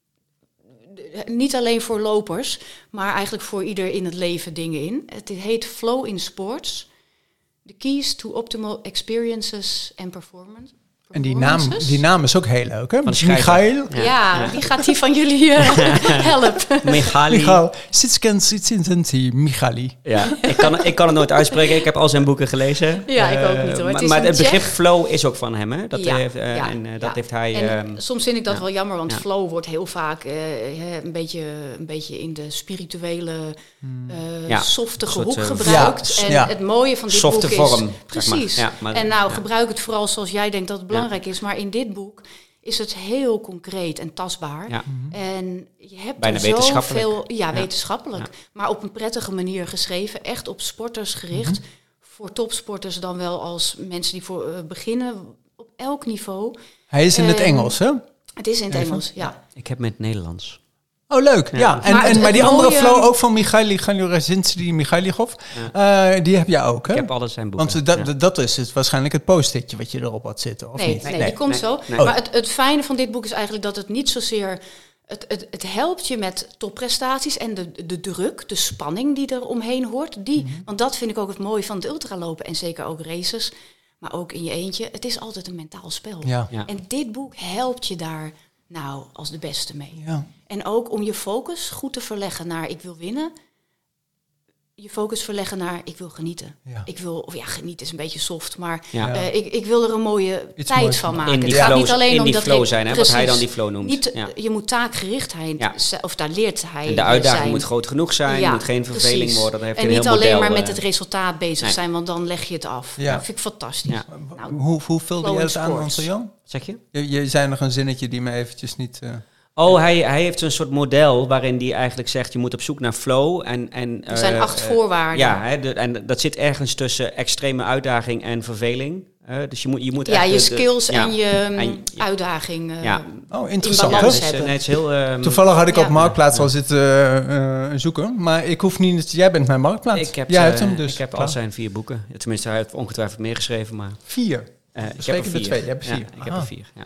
niet alleen voor lopers, maar eigenlijk voor ieder in het leven dingen in. Het heet Flow in Sports. The Keys to Optimal Experiences and Performance. En die naam, die naam is ook heel leuk, hè? Michail. Ja, ja, die gaat die van jullie uh, helpen. Michali. Michail. Sitskensitsinti Michali. Ja, ik kan, ik kan het nooit uitspreken. Ik heb al zijn boeken gelezen. Ja, ik ook niet hoor. Uh, Het maar het begrip Jeff. flow is ook van hem, hè? Dat, ja, heeft, uh, ja, en, uh, dat ja. heeft hij... En uh, soms vind ik dat ja. wel jammer, want ja. flow wordt heel vaak uh, een, beetje, een beetje in de spirituele, uh, ja. softige soort, hoek uh, gebruikt. Ja. En Ja. het mooie van dit Softe boek vorm, is... Precies. zeg maar. Ja, maar, en nou, ja. gebruik het vooral zoals jij denkt dat het belangrijk ja. is. Maar in dit boek is het heel concreet en tastbaar. Ja. En je hebt Bijna er wetenschappelijk. zoveel... Ja, Ja. wetenschappelijk. Ja. Maar op een prettige manier geschreven. Echt op sporters gericht. Mm-hmm. Voor topsporters dan wel als mensen die voor uh, beginnen. Op elk niveau. Hij is in en, het Engels, hè? Het is in het Even? Engels, ja. Ik heb met Nederlands. Oh, leuk. Ja. ja. En, maar, en, het, maar die het andere mooie... flow ook van Michaili Galurazintsi Michailikov, ja. uh, die heb jij ook, hè? Ik heb alles zijn boeken. Want dat, ja. dat is het, waarschijnlijk het post-itje wat je erop had zitten, of nee, niet? Nee, nee, die komt nee, zo. nee. Maar het, het fijne van dit boek is eigenlijk dat het niet zozeer... Het, het, het helpt je met topprestaties en de, de druk, de spanning die er omheen hoort. Die, mm-hmm. Want dat vind ik ook het mooie van het ultralopen en zeker ook races. Maar ook in je eentje. Het is altijd een mentaal spel. Ja. Ja. En dit boek helpt je daar nou als de beste mee. Ja. En ook om je focus goed te verleggen naar ik wil winnen. Je focus verleggen naar ik wil genieten. Ja. Ik wil, of ja, genieten is een beetje soft, maar Ja. uh, ik, ik wil er een mooie Iets tijd moois van van. maken. In die Het gaat flow, niet alleen in om die dat flow re- zijn, hè, wat precies. hij dan die flow noemt. Niet, ja. Je moet taakgerichtheid, Ja. of daar leert hij En de uitdaging zijn. moet groot genoeg zijn, Ja, moet geen verveling precies. worden. Dan heeft en hij niet een heel alleen model, maar met uh, het resultaat bezig nee. zijn, want dan leg je het af. Ja. Dat vind ik fantastisch. Ja. Nou, Hoe, hoe vulde flow je in dat aan, sports. Anton-Jan? Zeg je? Je, je zei nog een zinnetje die me eventjes niet... Uh... Oh, hij, hij heeft een soort model waarin hij eigenlijk zegt... je moet op zoek naar flow. En, en, er zijn uh, acht uh, voorwaarden. Ja, hè, de, en dat zit ergens tussen extreme uitdaging en verveling. Uh, dus je moet, je moet ja, echt je de, skills de, ja. en je en, ja. uitdaging uh, ja. Oh, interessant. in balans Ja, hebben. nee, het is heel, um, Toevallig had ik ja. op Marktplaats al zitten uh, uh, zoeken, maar ik hoef niet... Jij bent mijn Marktplaats. ik heb, Jij uh, hebt hem dus. ik heb Klaar. al zijn vier boeken. Tenminste, hij heeft ongetwijfeld meer geschreven, maar... Vier. Uh, Dus ik heb er de vier. twee, je hebt vier. Ja, ik heb Aha. er vier, ja.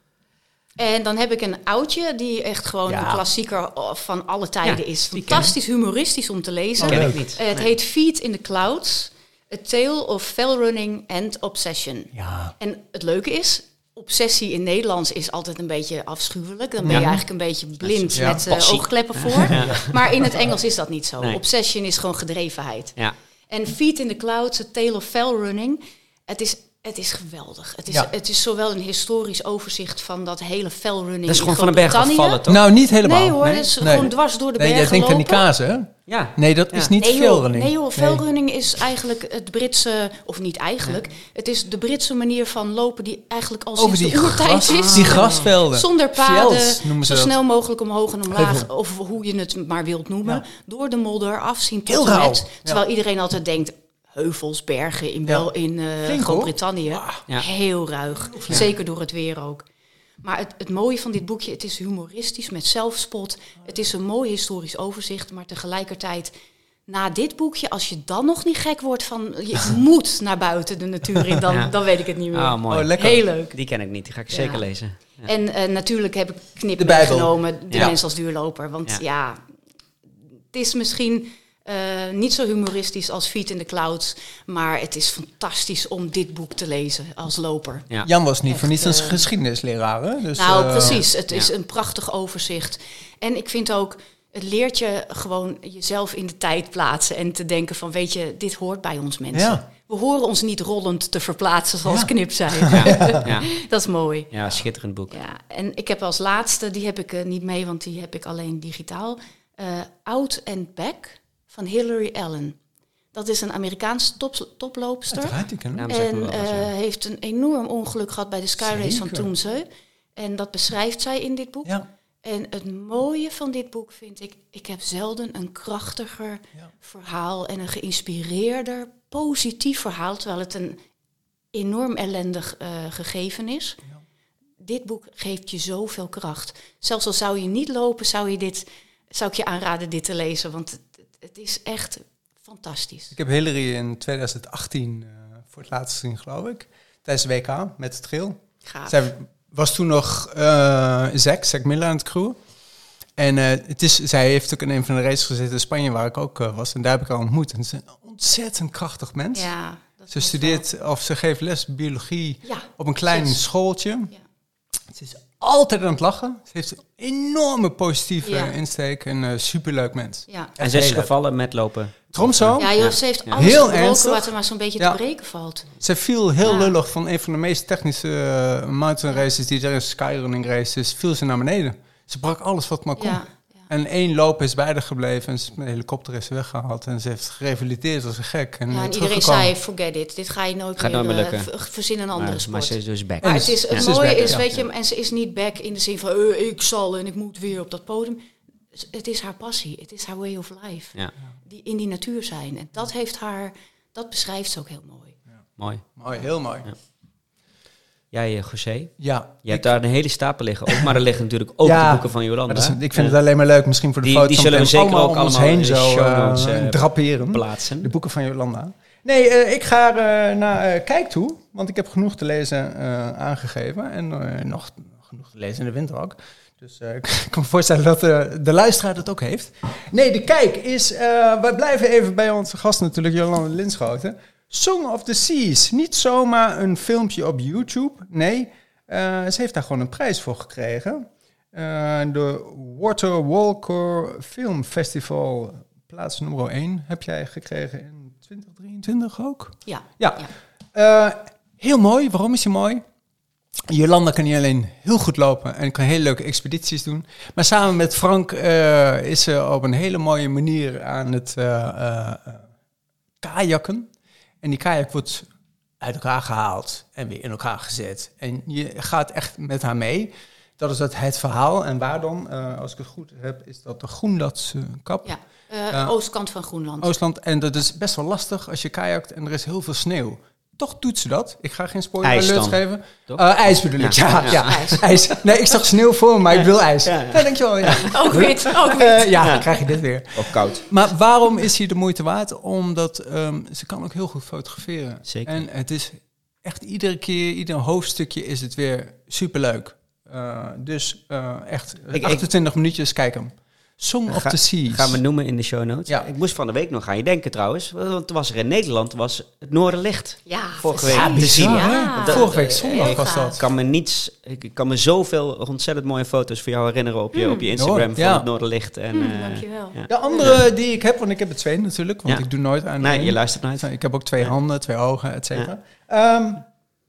En dan heb ik een oudje die echt gewoon Ja. een klassieker van alle tijden Ja, is. die Fantastisch humoristisch om te lezen. ken leuk. ik niet. Uh, het Nee. heet Feet in the Clouds. A Tale of Fellrunning and Obsession. Ja. En het leuke is, obsessie in Nederlands is altijd een beetje afschuwelijk. Dan ben je Ja. eigenlijk een beetje blind Ja. met uh, Passie. oogkleppen voor. Ja. Maar in het Engels is dat niet zo. Nee. Obsession is gewoon gedrevenheid. Ja. En Feet in the Clouds, A Tale of Fellrunning. Het is, het is geweldig. Het is, Ja. het is zowel een historisch overzicht van dat hele fellrunning Dat is in gewoon van de berg Groot-Brittannië. afvallen, toch? Nou, niet helemaal. Nee hoor, Nee? het is Nee. gewoon dwars door de Nee, bergen jij denkt aan die lopen. kazen, hè? Ja. Nee, dat Ja. is niet Nee veel joh, running. nee joh, fellrunning is eigenlijk het Britse, of niet eigenlijk, het is de Britse manier van lopen die eigenlijk al Over sinds die, de oertijd gras, is. die grasvelden. Zonder paden, Fjeld noemen ze zo dat. snel mogelijk omhoog en omlaag, Heuvel. of hoe je het maar wilt noemen. Ja. Door de modder, afzien tot Heel en rauw. met. Terwijl iedereen altijd denkt, heuvels, bergen in, wel in uh, Flink, hoor. Groot-Brittannië. Ja. Heel ruig, zeker door het weer ook. Maar het, het mooie van dit boekje, het is humoristisch met zelfspot. Het is een mooi historisch overzicht, maar tegelijkertijd... Na dit boekje, als je dan nog niet gek wordt van... je moet naar buiten de natuur in, dan, Ja. dan weet ik het niet meer. Ah, mooi. Oh, lekker. Heel leuk. Die ken ik niet, die ga ik Ja. zeker lezen. Ja. En uh, natuurlijk heb ik knip De Bijbel. meegenomen, de Ja. mens als duurloper. Want ja, Ja. het is misschien uh, niet zo humoristisch als Feet in the Clouds... maar het is fantastisch om dit boek te lezen als loper. Ja. Jan was niet Echt, voor niets een uh, geschiedenisleraar, hè? Dus, nou, uh, precies. Het is ja. een prachtig overzicht. En ik vind ook, het leert je gewoon jezelf in de tijd plaatsen... en te denken van, weet je, dit hoort bij ons mensen. Ja. We horen ons niet rollend te verplaatsen, zoals Ja. Knip zei. Ja. Ja. Dat is mooi. Ja, schitterend boek. Ja, en ik heb als laatste, die heb ik uh, niet mee, want die heb ik alleen digitaal. Uh, Out and Back van Hilary Allen. Dat is een Amerikaanse top, toploopster. Dat weet ik, hè? En uh, heeft een enorm ongeluk gehad bij de Sky Zeker. Race van Toomse. En dat beschrijft zij in dit boek. Ja. En het mooie van dit boek vind ik... ik heb zelden een krachtiger ja. verhaal... en een geïnspireerder, positief verhaal... terwijl het een enorm ellendig uh, gegeven is. Ja. Dit boek geeft je zoveel kracht. Zelfs al zou je niet lopen, zou, je dit, zou ik je aanraden dit te lezen. Want het, het is echt fantastisch. Ik heb Hillary in twintig achttien uh, voor het laatst gezien, geloof ik. Tijdens de W K met het geel. Gaaf. Zij was toen nog uh, Zack, Zack Miller aan het crewen. En uh, het is, zij heeft ook in een van de races gezeten in Spanje, waar ik ook uh, was. En daar heb ik haar ontmoet. En ze is een ontzettend krachtig mens. Ja, ze studeert, wel. of ze geeft les biologie ja, op een klein zes. schooltje. Ja. Ze is altijd aan het lachen. Ze heeft een enorme positieve ja. insteek. Een uh, superleuk mens. Ja. En ze is gevallen met lopen. Tromso. Ja, joh, ze heeft ja. alles heel gebroken ernstig. wat er maar zo'n beetje ja. te breken valt. Ze viel heel ja. lullig van een van de meest technische uh, mountain races die er is, skyrunning races, viel ze naar beneden. Ze brak alles wat maar kon. Ja. Ja. En één loop is bij haar gebleven en ze met een helikopter is weggehaald. En ze heeft gerevalideerd als een gek. En, ja, en iedereen zei, forget it, dit ga je nooit Gaat meer, meer uh, v- verzin een andere maar, sport. Maar ze is dus back. Maar het, is, het ja. mooie is, back, is, ja. weet je, en ze is niet back in de zin van, uh, ik zal en ik moet weer op dat podium. Het is haar passie, het is haar way of life. Ja. Die in die natuur zijn. En dat heeft haar, dat beschrijft ze ook heel mooi. Ja. Mooi. Mooi, heel mooi. Ja. Jij, José? Ja. Je hebt daar een hele stapel liggen. Ook, maar er liggen natuurlijk ook ja, de boeken van Jolanda. Is, ik vind ja. het alleen maar leuk, misschien voor de die, foto. Die zullen we zeker allemaal ook om ons allemaal heen zo notes, uh, uh, draperen. Plaatsen. De boeken van Jolanda. Nee, uh, ik ga uh, naar uh, Kijk toe, want ik heb genoeg te lezen uh, aangegeven. En uh, nog genoeg te lezen in de winter ook. Dus uh, ik kan me voorstellen dat uh, de luisteraar dat ook heeft. Nee, de Kijk is... Uh, we blijven even bij onze gast natuurlijk, Jolanda Linschoten. Song of the Seas. Niet zomaar een filmpje op YouTube. Nee, uh, ze heeft daar gewoon een prijs voor gekregen. Uh, de Water Walker Film Festival, plaats nummer één, heb jij gekregen in twintig drieëntwintig ook? Ja. Ja. ja. Uh, heel mooi. Waarom is hij mooi? Jolanda kan niet alleen heel goed lopen en kan hele leuke expedities doen. Maar samen met Frank uh, is ze op een hele mooie manier aan het uh, uh, kajakken. En die kajak wordt uit elkaar gehaald en weer in elkaar gezet. En je gaat echt met haar mee. Dat is het, het verhaal. En waar dan, uh, als ik het goed heb, is dat de Groenlandse kap. Ja, uh, uh, oostkant van Groenland. Oostland. En dat is best wel lastig als je kajakt en er is heel veel sneeuw. Toch doet ze dat. Ik ga geen spoiler alerts geven. Uh, ijs bedoel ik, ja. ja, ja. ja. Ijs. ijs. Nee, ik zag sneeuw voor me, maar ik wil ijs. Ja, ja. ja dankjewel. Ja. Ook wit, ook wit. Uh, ja, dan krijg je dit weer. Of koud. Maar waarom is hij de moeite waard? Omdat um, ze kan ook heel goed fotograferen. Zeker. En het is echt iedere keer, ieder hoofdstukje is het weer superleuk. Uh, dus uh, echt ik, achtentwintig ik, minuutjes, kijk hem. Song of ga, the Seas. Gaan we noemen in de show notes. Ja. Ik moest van de week nog aan je denken trouwens. Want was er in Nederland was het Noorderlicht. Ja, vorige week ja, te zien. Ja. Dat, vorige week zondag was dat. Ik kan me niets. Ik kan me zoveel ontzettend mooie foto's voor jou herinneren op je, mm. op je Instagram Noord, van ja. het Noorderlicht. En, mm, uh, dankjewel. Ja. De andere die ik heb, want ik heb er twee natuurlijk, want ja. ik doe nooit aan. Nee, je luistert nooit. Ik heb ook twee ja. handen, twee ogen, et cetera. Ja. Um,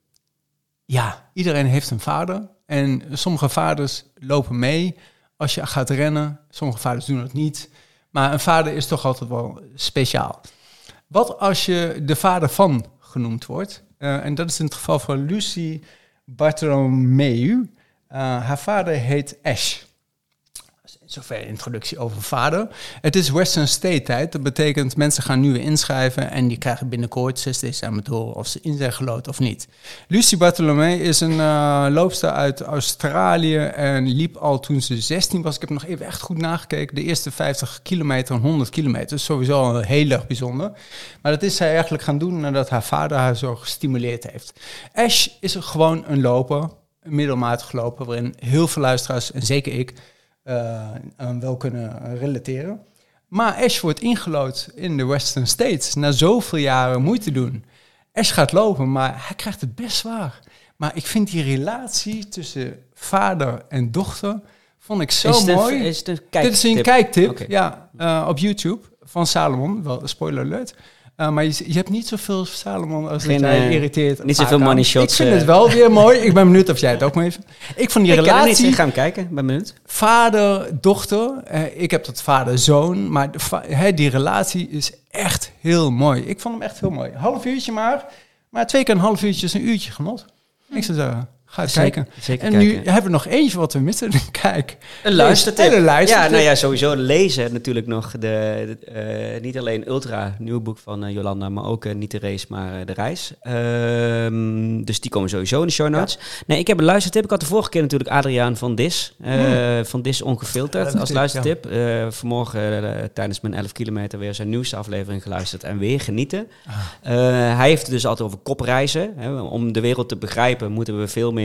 ja, iedereen heeft een vader. En sommige vaders lopen mee als je gaat rennen. Sommige vaders doen dat niet. Maar een vader is toch altijd wel speciaal. Wat als je de vader van genoemd wordt? Uh, en dat is in het geval van Lucy Bartholomew. Uh, haar vader heet Ash. Zover een introductie over vader. Het is Western State tijd. Dat betekent mensen gaan nu weer inschrijven en die krijgen binnenkort zes december door of ze in zijn geloot of niet. Lucy Bartholomew is een uh, loopster uit Australië en liep al toen ze zestien was. Ik heb nog even echt goed nagekeken. De eerste vijftig kilometer en honderd kilometer. Dus sowieso heel erg bijzonder. Maar dat is zij eigenlijk gaan doen nadat haar vader haar zo gestimuleerd heeft. Ash is gewoon een loper, een middelmatig loper, waarin heel veel luisteraars, en zeker ik, Uh, wel kunnen relateren. Maar Ash wordt ingelood in de Western States na zoveel jaren moeite doen. Ash gaat lopen, maar hij krijgt het best zwaar. Maar ik vind die relatie tussen vader en dochter vond ik zo is mooi. De, is de kijktip? Dit is een kijktip, okay. ja, uh, op YouTube van Salomon. Wel, spoiler alert. Uh, maar je, je hebt niet zoveel Salomon als Geen, dat jij irriteert. Niet zoveel money shots. Ik vind uh, het wel weer mooi. Ik ben benieuwd of jij het ook maar even... Ik vond die ik relatie... Niet, ik ga hem kijken, ben benieuwd. Vader, dochter. Uh, ik heb dat vader, zoon. Maar de va- he, die relatie is echt heel mooi. Ik vond hem echt heel mooi. Half uurtje maar. Maar twee keer een half uurtje is een uurtje genot. Hm. Ik zou zeggen... Ga eens zeker, kijken. Zeker en kijken. nu hebben we nog eentje wat we missen. Kijk. Een luistertip. Een luistertip. Ja, nou ja, sowieso lezen natuurlijk nog. De, de, uh, niet alleen Ultra, nieuw boek van uh, Jolanda, maar ook uh, niet de race, maar uh, de reis. Um, dus die komen sowieso in de show notes. Ja. Nee, ik heb een luistertip. Ik had de vorige keer natuurlijk Adriaan van Dis. Uh, hmm. Van Dis Ongefilterd ja, als luistertip. Ja. Uh, vanmorgen uh, tijdens mijn elf kilometer weer zijn nieuwste aflevering geluisterd. En weer genieten. Ah. Uh, hij heeft het dus altijd over kopreizen. Hè. Om de wereld te begrijpen moeten we veel meer...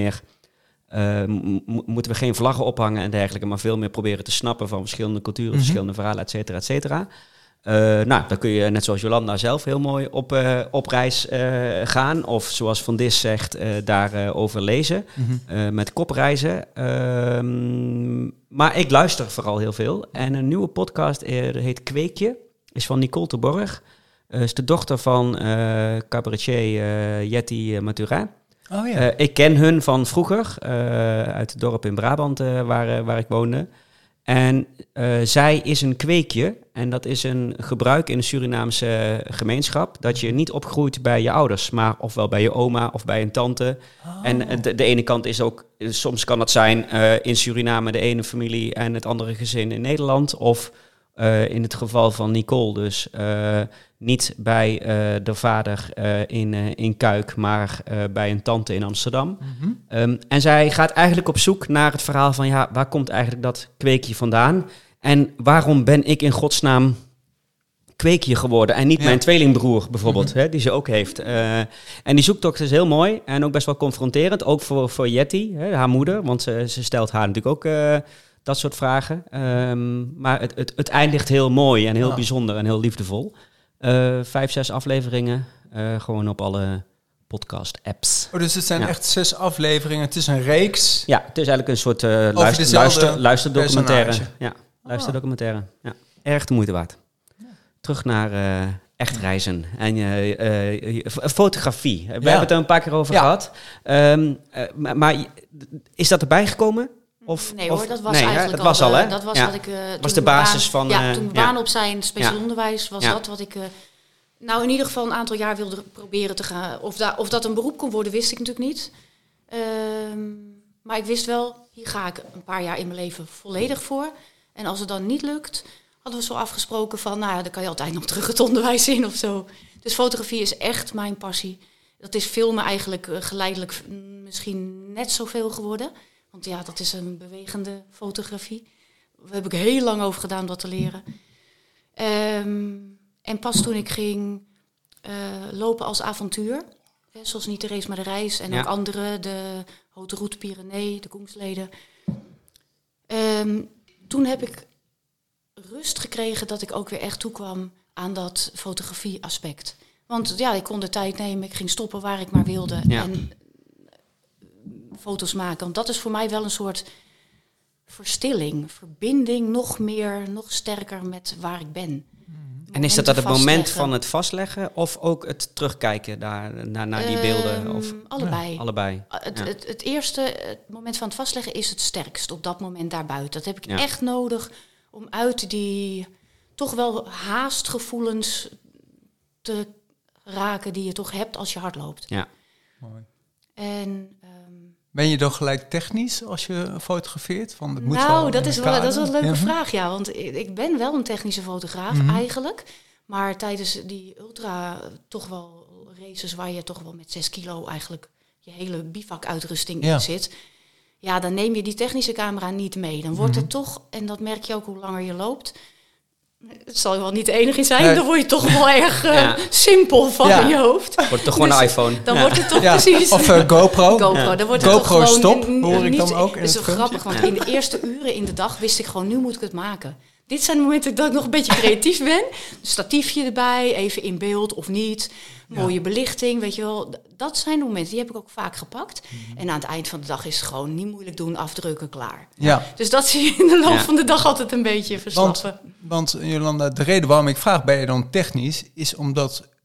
Uh, m- moeten we geen vlaggen ophangen en dergelijke, maar veel meer proberen te snappen van verschillende culturen, mm-hmm. verschillende verhalen, et cetera, et cetera. Uh, nou, dan kun je net zoals Jolanda zelf heel mooi op, uh, op reis uh, gaan. Of zoals Van Dis zegt, uh, daarover uh, lezen. Mm-hmm. Uh, met kopreizen. Uh, maar ik luister vooral heel veel. En een nieuwe podcast uh, heet Kweekje. Is van Nicole Terborg. Uh, is de dochter van uh, cabaretier uh, Jetty uh, Maturin. Oh, ja. uh, ik ken hun van vroeger, uh, uit het dorp in Brabant uh, waar, uh, waar ik woonde. En uh, zij is een kweekje. En dat is een gebruik in de Surinaamse gemeenschap. Dat je niet opgroeit bij je ouders, maar ofwel bij je oma of bij een tante. Oh. En de, de ene kant is ook, soms kan dat zijn uh, in Suriname de ene familie en het andere gezin in Nederland. Of uh, in het geval van Nicole dus uh, niet bij uh, de vader uh, in, uh, in Kuik, maar uh, bij een tante in Amsterdam. Mm-hmm. Um, en zij gaat eigenlijk op zoek naar het verhaal van, ja, waar komt eigenlijk dat kweekje vandaan? En waarom ben ik in godsnaam kweekje geworden en niet ja. mijn tweelingbroer bijvoorbeeld, mm-hmm. hè, die ze ook heeft. Uh, en die zoektocht is heel mooi en ook best wel confronterend, ook voor, voor Jetty, hè, haar moeder, want ze, ze stelt haar natuurlijk ook uh, dat soort vragen. Um, maar het, het, het eindigt heel mooi en heel ja. bijzonder en heel liefdevol. Uh, vijf, zes afleveringen, uh, gewoon op alle podcast-apps. Oh, dus het zijn ja. echt zes afleveringen, het is een reeks? Ja, het is eigenlijk een soort uh, luister, luister, luisterdocumentaire. Ja, luisterdocumentaire. Ja, erg de moeite waard. Ja. Terug naar uh, echt reizen en uh, uh, fotografie. We ja. hebben het er een paar keer over ja. gehad. Um, uh, maar, maar is dat erbij gekomen? Of, nee hoor, of, dat was nee, eigenlijk dat al, was al, hè? Dat was ja. wat ik... Uh, was de basis baan, van... Ja, uh, toen ja. baan op zijn speciaal ja. onderwijs was ja. dat wat ik... Uh, nou, in ieder geval een aantal jaar wilde proberen te gaan. Of, da- of dat een beroep kon worden, wist ik natuurlijk niet. Um, maar ik wist wel, hier ga ik een paar jaar in mijn leven volledig voor. En als het dan niet lukt, hadden we zo afgesproken van... nou ja, dan kan je altijd nog terug het onderwijs in of zo. Dus fotografie is echt mijn passie. Dat is filmen eigenlijk uh, geleidelijk misschien net zoveel geworden... Want ja, dat is een bewegende fotografie. Daar heb ik heel lang over gedaan om dat te leren. Um, en pas toen ik ging uh, lopen als avontuur... Hè, zoals niet de race, maar de reis... en ja. ook andere, de Haute Route Pyrenee, de Koengsleden... Um, toen heb ik rust gekregen dat ik ook weer echt toekwam aan dat fotografie-aspect. Want ja, ik kon de tijd nemen, ik ging stoppen waar ik maar wilde... Ja. En, foto's maken. Want dat is voor mij wel een soort verstilling, verbinding, nog meer, nog sterker met waar ik ben. En is dat dat het moment van het vastleggen of ook het terugkijken daar, naar, naar die beelden? Um, of? Allebei. Ja, allebei. Het, ja. het, het eerste, het moment van het vastleggen is het sterkst op dat moment daarbuiten. Dat heb ik ja. echt nodig om uit die toch wel haastgevoelens te raken die je toch hebt als je hard loopt. Ja. Mooi. En ben je dan gelijk technisch als je fotografeert? Van, het moet nou, wel dat is, wel, dat is wel een leuke ja. vraag, ja. Want ik, ik ben wel een technische fotograaf mm-hmm. eigenlijk. Maar tijdens die ultra toch wel races waar je toch wel met zes kilo eigenlijk je hele bivak-uitrusting ja. in zit. Ja, dan neem je die technische camera niet mee. Dan wordt mm-hmm. het toch, en dat merk je ook hoe langer je loopt... Het zal wel niet de enige zijn, nee. Dan word je toch wel erg uh, ja. simpel van ja. in je hoofd. Wordt het toch gewoon dus, een iPhone? Dan ja. wordt het toch ja. precies... Of uh, GoPro. GoPro, ja. dan wordt GoPro het toch stop, gewoon, hoor ik niet, dan ook. Het is zo grappig, want ja. in de eerste uren in de dag wist ik gewoon, nu moet ik het maken. Dit zijn de momenten dat ik nog een beetje creatief ben. Een statiefje erbij, even in beeld of niet. Mooie ja. belichting, weet je wel. Dat zijn de momenten, die heb ik ook vaak gepakt. Mm-hmm. En aan het eind van de dag is het gewoon niet moeilijk doen, afdrukken, klaar. Ja. Dus dat zie je in de loop ja. van de dag altijd een beetje verslappen. Want, want Jolanda, de reden waarom ik vraag, ben je dan technisch, is omdat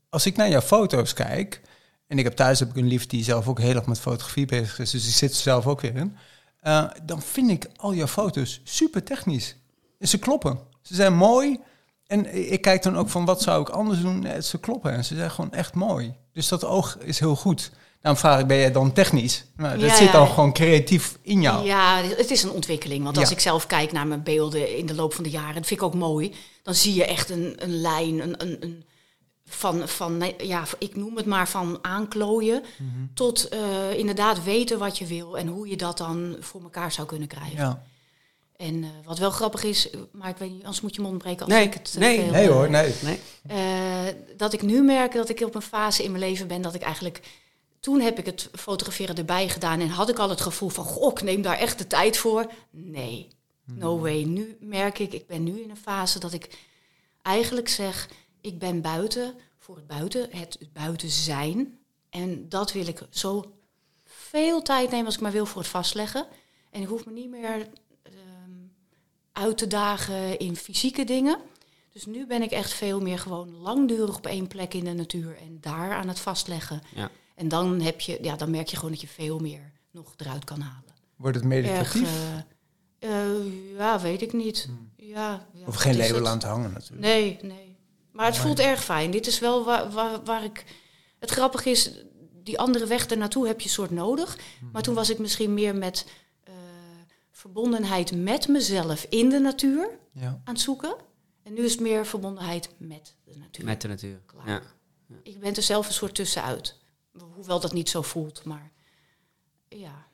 als ik naar jouw foto's kijk... en ik heb thuis heb ik een lief die zelf ook heel erg met fotografie bezig is... dus die zit er zelf ook weer in... Uh, dan vind ik al jouw foto's super technisch. En ze kloppen. Ze zijn mooi. En ik kijk dan ook van, wat zou ik anders doen? Nee, ze kloppen en ze zijn gewoon echt mooi. Dus dat oog is heel goed. Daarom vraag ik, ben jij dan technisch? Nou, dat ja, zit dan ja. gewoon creatief in jou. Ja, het is een ontwikkeling. Want als ja. ik zelf kijk naar mijn beelden in de loop van de jaren... dat vind ik ook mooi. Dan zie je echt een, een lijn, een, een, een van, van, ja, ik noem het maar van aanklooien... Mm-hmm. tot uh, inderdaad weten wat je wil... en hoe je dat dan voor elkaar zou kunnen krijgen. Ja. En uh, wat wel grappig is, maar ik weet niet, anders moet je mond breken als nee, ik het uh, nee, veel, nee hoor, nee. nee. Uh, dat ik nu merk dat ik op een fase in mijn leven ben... dat ik eigenlijk... Toen heb ik het fotograferen erbij gedaan... en had ik al het gevoel van... goh, ik neem daar echt de tijd voor. Nee, no way. Nu merk ik, ik ben nu in een fase dat ik eigenlijk zeg... ik ben buiten voor het buiten, het buiten zijn. En dat wil ik zo veel tijd nemen als ik maar wil voor het vastleggen. En ik hoef me niet meer um, uit te dagen in fysieke dingen. Dus nu ben ik echt veel meer gewoon langdurig op één plek in de natuur... en daar aan het vastleggen. Ja. En dan, heb je, ja, dan merk je gewoon dat je veel meer nog eruit kan halen. Wordt het meditatief? Erg, uh, uh, ja, weet ik niet. Hmm. Ja, ja, of geen label aan te hangen natuurlijk. Nee, nee. Maar het voelt erg fijn. Dit is wel waar, waar, waar ik... Het grappige is, die andere weg ernaartoe heb je soort nodig. Hmm. Maar toen was ik misschien meer met uh, verbondenheid met mezelf in de natuur ja. aan het zoeken. En nu is het meer verbondenheid met de natuur. Met de natuur, Klaar. Ja. Ja. Ik ben er zelf een soort tussenuit. Hoewel dat niet zo voelt, maar ja.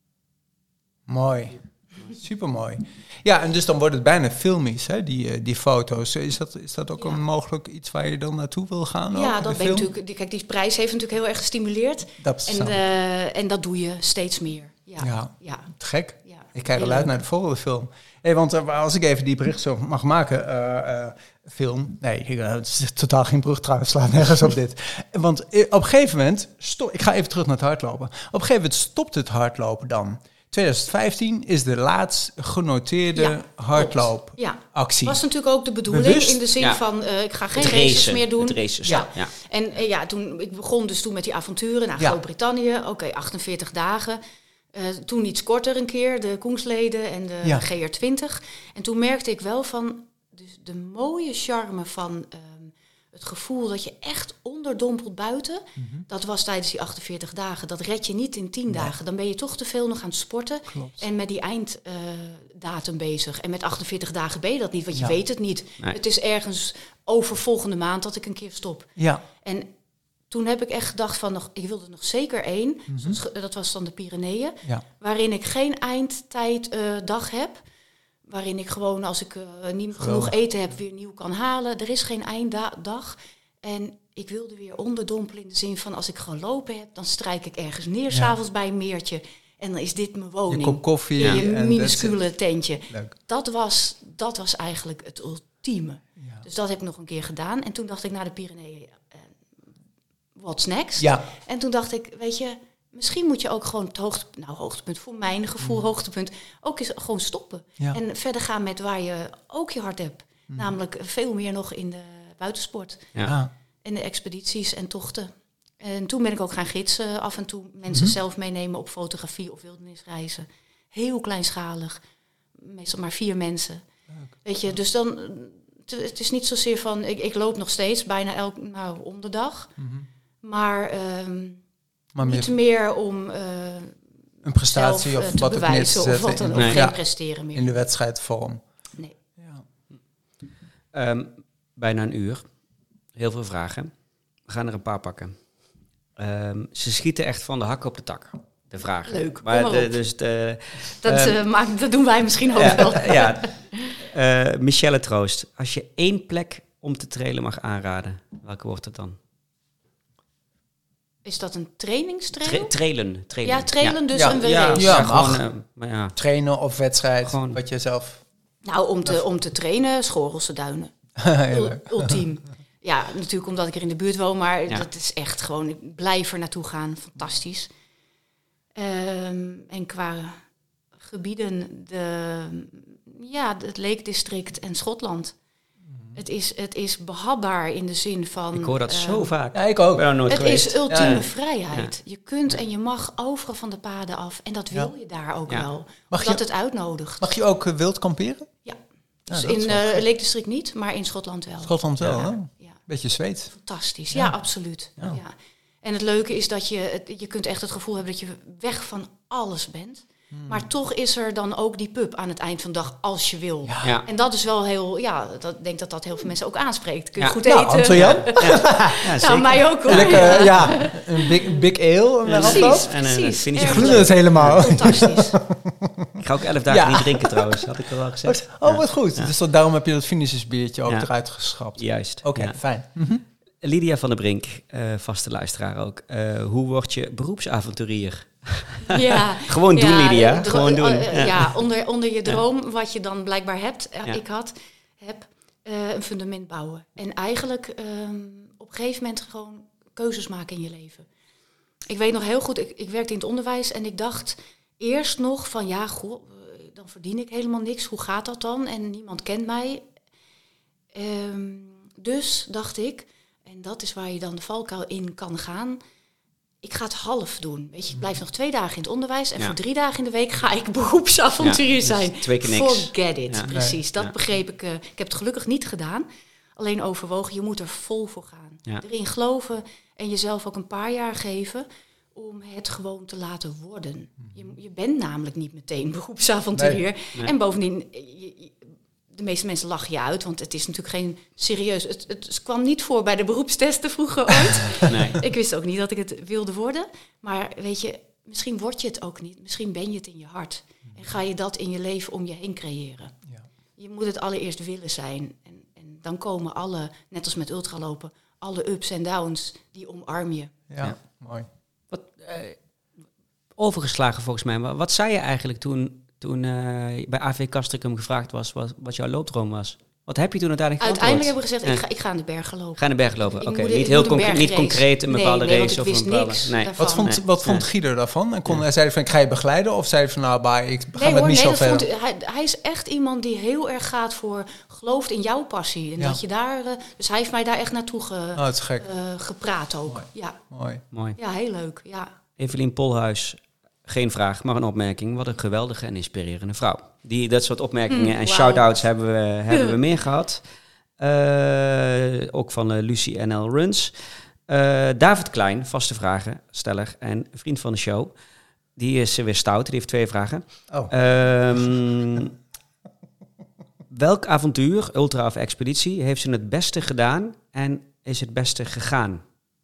Mooi. Supermooi. Ja, en dus dan wordt het bijna filmisch, hè, die, die foto's. Is dat, is dat ook ja. een mogelijk iets waar je dan naartoe wil gaan? Ja, ook, dat ben ik natuurlijk. Kijk, die prijs heeft natuurlijk heel erg gestimuleerd. Dat en, uh, en dat doe je steeds meer. Ja, ja. ja. Gek. Ja. Ik kijk al uit naar de volgende film. Hey, want uh, als ik even die bericht zo mag maken... Uh, uh, film... Nee, uh, het is totaal geen brug trouwens. Slaat nergens op dit. Want uh, op een gegeven moment... Stop, ik ga even terug naar het hardlopen. Op een gegeven moment stopt het hardlopen dan. twintig vijftien is de laatst genoteerde ja, hardloopactie. Ja, dat was natuurlijk ook de bedoeling. Bewust? In de zin ja. van, uh, ik ga geen het races racen, meer doen. Het races, ja. ja. En uh, ja, toen, ik begon dus toen met die avonturen naar ja. Groot-Brittannië. Oké, okay, achtenveertig dagen. Uh, toen iets korter een keer, de Koensleden en de ja. G R twintig. En toen merkte ik wel van dus de mooie charme van um, het gevoel dat je echt onderdompelt buiten. Mm-hmm. Dat was tijdens die achtenveertig dagen. Dat red je niet in tien nee. dagen. Dan ben je toch te veel nog aan het sporten. Klopt. En met die einddatum uh, bezig. En met achtenveertig dagen ben je dat niet, want je ja. weet het niet. Nee. Het is ergens over volgende maand dat ik een keer stop. Ja. En toen heb ik echt gedacht van, nog, ik wilde nog zeker één. Mm-hmm. Dat was dan de Pyreneeën. Ja. Waarin ik geen eindtijddag uh, heb. Waarin ik gewoon, als ik uh, niet Geweldig. genoeg eten heb, weer nieuw kan halen. Er is geen einddag. En ik wilde weer onderdompelen in de zin van, als ik gelopen heb, dan strijk ik ergens neer, ja. 's avonds bij een meertje. En dan is dit mijn woning. Je kop koffie. Ja, je minuscule tentje. Leuk. Dat was, dat was eigenlijk het ultieme. Ja. Dus dat heb ik nog een keer gedaan. En toen dacht ik, naar de Pyreneeën, uh, what's next? Ja. En toen dacht ik, weet je, misschien moet je ook gewoon het hoogtepunt, nou hoogtepunt voor mijn gevoel, mm. hoogtepunt, ook eens gewoon stoppen. Ja. En verder gaan met waar je ook je hart hebt. Mm. Namelijk veel meer nog in de buitensport. Ja. En de expedities en tochten. En toen ben ik ook gaan gidsen, af en toe mensen mm-hmm. zelf meenemen op fotografie of wildernisreizen. Heel kleinschalig, meestal maar vier mensen. Leuk. Weet je, dus dan, het is niet zozeer van, ik, ik loop nog steeds bijna elk, nou, om de dag. Mm-hmm. Maar, um, maar niet meer, meer om uh, een prestatie zelf, of uh, wat te bewijzen het of wat dan ook, nee. geen ja. presteren meer. In de wedstrijdvorm. Nee. Ja. Um, bijna een uur. Heel veel vragen. We gaan er een paar pakken. Um, ze schieten echt van de hak op de tak. De vragen. Leuk, maar maar de, dus de, dat, uh, uh, maakt, dat doen wij misschien ook ja, wel. ja. Uh, Michelle Troost. Als je één plek om te trailen mag aanraden, welke wordt het dan? Is dat een trainingstrail? Tra- trailen, trailen. Ja, trailen, ja. dus ja. een W W. Ja, Ja, ja, gewoon, uh, maar ja. Trainen of wedstrijd, gewoon. wat je zelf... Nou, om te, om te trainen, Schorelse Duinen. Ul- ultiem. Ja, natuurlijk omdat ik er in de buurt woon, maar ja. dat is echt gewoon, ik blijf er naartoe gaan. Fantastisch. Um, en qua gebieden, de, ja, het Lake District en Schotland. Mm-hmm. Het is, het is behapbaar in de zin van... Ik hoor dat uh, zo vaak. Ja, ik ook. Ben er nooit het geweest. is ultieme ja. vrijheid. Ja. Je kunt en je mag overal van de paden af. En dat wil ja. je daar ook ja. wel. Mag dat je, het uitnodigt. Mag je ook uh, wild kamperen? Ja. Dus ja, in uh, Lake District niet, maar in Schotland wel. Schotland wel, ja. hè? Ja. Beetje Zweed. Fantastisch, ja, ja absoluut. Ja. Ja. En het leuke is dat je... Je kunt echt het gevoel hebben dat je weg van alles bent. Hmm. Maar toch is er dan ook die pub aan het eind van de dag als je wil. Ja. Ja. En dat is wel heel... Ja, dat, ik denk dat dat heel veel mensen ook aanspreekt. Kun je ja. goed nou, eten. Anton-Jan? ja. ja, nou, mij ook hoor. Lekker, ja. Een big, big ale. Ja, precies, en precies. Ik gloeide het helemaal. Fantastisch. Ik ga ook elf dagen ja. niet drinken trouwens, had ik al wel gezegd. Oh, wat goed. Ja. Dus dat, daarom heb je dat Finishes biertje ook ja. eruit geschrapt. Juist. Oké, okay, ja. fijn. Mm-hmm. Lydia van der Brink, uh, vaste luisteraar ook. Uh, hoe word je beroepsavonturier? Ja, Gewoon doen, ja, Lydia. Dro- Gewoon doen. Uh, ja, ja onder, onder je droom, ja. wat je dan blijkbaar hebt. Uh, ja. Ik had, heb uh, een fundament bouwen. En eigenlijk um, op een gegeven moment gewoon keuzes maken in je leven. Ik weet nog heel goed, ik, ik werkte in het onderwijs en ik dacht eerst nog van ja, goh, dan verdien ik helemaal niks. Hoe gaat dat dan? En niemand kent mij. Um, dus dacht ik, en dat is waar je dan de valkuil in kan gaan. Ik ga het half doen. Weet je, ik blijf nog twee dagen in het onderwijs. En ja. voor drie dagen in de week ga ik beroepsavonturier ja, zijn. Dus twee keer niks. Forget it, ja. precies. Dat ja. begreep ik. Uh, ik heb het gelukkig niet gedaan. Alleen overwogen, je moet er vol voor gaan. Ja. Erin geloven en jezelf ook een paar jaar geven om het gewoon te laten worden. Je, je bent namelijk niet meteen beroepsavonturier. Nee. Nee. En bovendien... Je, de meeste mensen lachen je uit, want het is natuurlijk geen serieus... Het, het, het kwam niet voor bij de beroepstesten vroeger ooit. Nee. Ik wist ook niet dat ik het wilde worden. Maar weet je, misschien word je het ook niet. Misschien ben je het in je hart. En ga je dat in je leven om je heen creëren. Ja. Je moet het allereerst willen zijn. En, en dan komen alle, net als met ultralopen... alle ups en downs, die omarm je. Ja, ja. Mooi. Wat, uh, overgeslagen volgens mij. Maar wat zei je eigenlijk toen... Toen uh, bij A V Castricum gevraagd was wat, wat jouw loopdroom was. Wat heb je toen uiteindelijk Uiteindelijk hebben we gezegd, ja. ik, ga, ik ga aan de bergen lopen. Ga aan de bergen lopen, oké. Okay. Niet heel conc- niet concreet een bepaalde nee, nee, race of een bepaalde... Nee. Wat vond, nee. wat vond Guido daarvan? En kon, ja. zei hij van, ik ga je begeleiden? Of zei hij van, nou, bah, ik ga nee, met hoor, Michel nee, verder? Vond, hij, hij is echt iemand die heel erg gaat voor... gelooft in jouw passie. En ja. dat je daar... Uh, dus hij heeft mij daar echt naartoe ge, oh, het is gek. Uh, gepraat ook. Mooi. Ja. Mooi. Mooi. Ja, heel leuk. Ja. Evelien Polhuis... Geen vraag, maar een opmerking. Wat een geweldige en inspirerende vrouw. Die, dat soort opmerkingen mm, en wow. shout-outs hebben we, hebben we meer gehad. Uh, ook van uh, Lucie N L Runs. Uh, David Klein, vaste vragensteller en vriend van de show. Die is uh, weer stout, die heeft twee vragen. Oh. Um, welk avontuur, ultra of expeditie, heeft ze het beste gedaan en is het beste gegaan?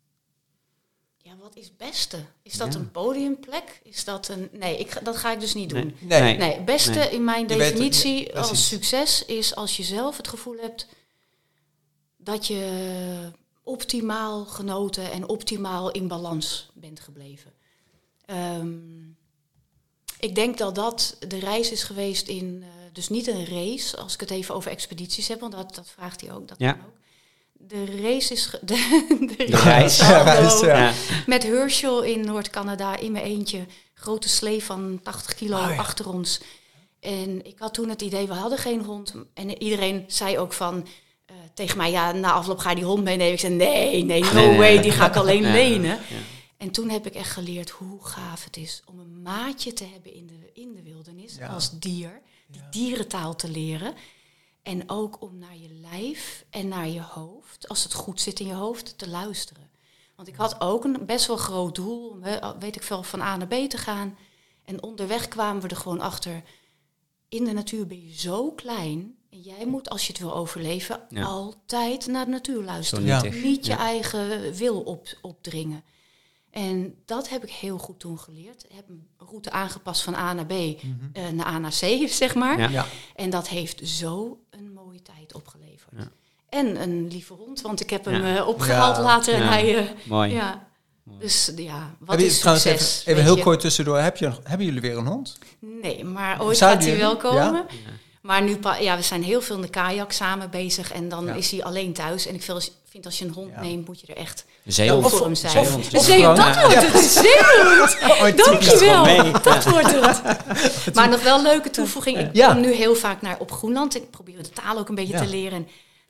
Is beste? Is dat ja. een podiumplek? Is dat een... Nee, ik, dat ga ik dus niet doen. Nee. Nee, nee beste nee. in mijn je definitie weet, ja, als succes is als je zelf het gevoel hebt dat je optimaal genoten en optimaal in balans bent gebleven. Um, ik denk dat dat de reis is geweest in... Uh, dus niet een race, als ik het even over expedities heb, want dat, dat vraagt hij ook. Dat ja. ook. De race is... Ge- de, de, de reis. Ja, reis ja. Met Herschel in Noord-Canada in mijn eentje. Grote slee van tachtig kilo oh, ja. achter ons. En ik had toen het idee, we hadden geen hond. En iedereen zei ook van... Uh, tegen mij, ja, na afloop ga je die hond meenemen. Ik zei, nee, nee, no nee, way, nee. die ga ik alleen ja. lenen. Ja. En toen heb ik echt geleerd hoe gaaf het is... om een maatje te hebben in de, in de wildernis ja. als dier. Die ja. dierentaal te leren... En ook om naar je lijf en naar je hoofd, als het goed zit in je hoofd, te luisteren. Want ik had ook een best wel groot doel, om, weet ik veel, van A naar B te gaan. En onderweg kwamen we er gewoon achter. In de natuur ben je zo klein. En jij moet, als je het wil overleven, ja. altijd naar de natuur luisteren. Ja. Niet je ja. eigen wil op, opdringen. En dat heb ik heel goed toen geleerd. Ik heb een route aangepast van A naar B mm-hmm. uh, naar A naar C, zeg maar. Ja. Ja. En dat heeft zo een mooie tijd opgeleverd. Ja. En een lieve hond, want ik heb ja. hem uh, opgehaald ja. later. Ja. En hij, uh, Mooi. Ja. Mooi. Dus ja, wat heb je, is succes? Even, even heel je? kort tussendoor, heb je, hebben jullie weer een hond? Nee, maar ooit Zou gaat hij wel komen. Ja? Ja. Maar nu, ja, we zijn heel veel in de kajak samen bezig. En dan ja. is hij alleen thuis. En ik vind als je een hond ja. neemt, moet je er echt zeehond voor hem zijn. Zeehond. Een zeehond, dat wordt het. Een zeehond. Dankjewel. Dat wordt het. Maar nog wel een leuke toevoeging. Ik ja. kom nu heel vaak naar op Groenland. Ik probeer de taal ook een beetje ja. te leren. En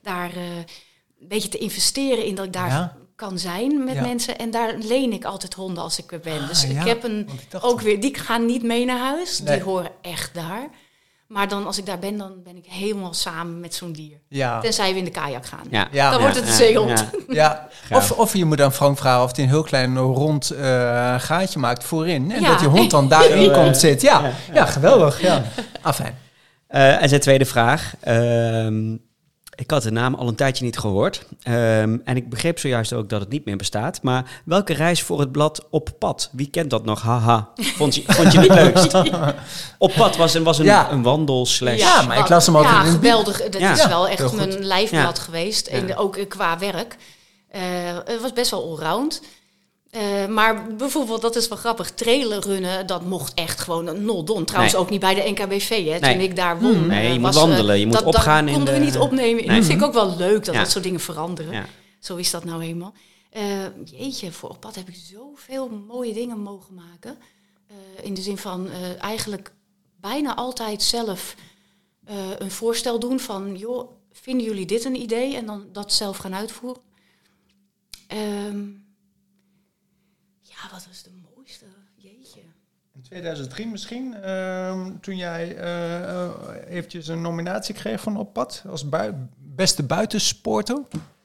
daar uh, een beetje te investeren in dat ik daar ja. kan zijn met ja. mensen. En daar leen ik altijd honden als ik er ben. Ah, dus ja. ik heb een ik ook weer, die gaan niet mee naar huis. Nee. Die horen echt daar. Maar dan als ik daar ben, dan ben ik helemaal samen met zo'n dier. Ja. Tenzij we in de kajak gaan. Ja. Ja. Dan ja. wordt het een ja. zeehond. Ja. Ja. Of, of je moet dan Frank vragen of hij een heel klein rond uh, gaatje maakt voorin. En ja. dat die hond dan daarin ja. komt zitten. Ja. Ja. ja, geweldig. Ja. Ah, fijn. Uh, en zijn tweede vraag. Uh, ik had de naam al een tijdje niet gehoord. Um, en ik begreep zojuist ook dat het niet meer bestaat. Maar welke reis voor het blad Op Pad? Wie kent dat nog? Haha. Vond je, vond je het leukst? Op Pad was, was een, ja. een wandel slash... Ja, maar ik las hem altijd ja, in het geweldig. Dat ja. is wel echt mijn lijfblad ja. geweest. En ja. ook qua werk. Uh, het was best wel allround. Uh, maar bijvoorbeeld, dat is wel grappig, trailerrunnen, dat mocht echt gewoon een nol-don. Trouwens nee. ook niet bij de N K B V, hè, toen nee. ik daar won. Nee, je was, moet wandelen, je moet dat, opgaan. Dat konden in we de... niet opnemen. Nee. Dat vind ik ook wel leuk, dat ja. dat soort dingen veranderen. Ja. Zo is dat nou eenmaal. Uh, jeetje, voor Op Pad heb ik zoveel mooie dingen mogen maken. Uh, in de zin van uh, eigenlijk bijna altijd zelf uh, een voorstel doen van... joh, vinden jullie dit een idee? En dan dat zelf gaan uitvoeren. Um, Ja, wat was de mooiste? Jeetje. In tweeduizend drie misschien, uh, toen jij uh, uh, eventjes een nominatie kreeg van Op Pad als bui- beste buitensporter.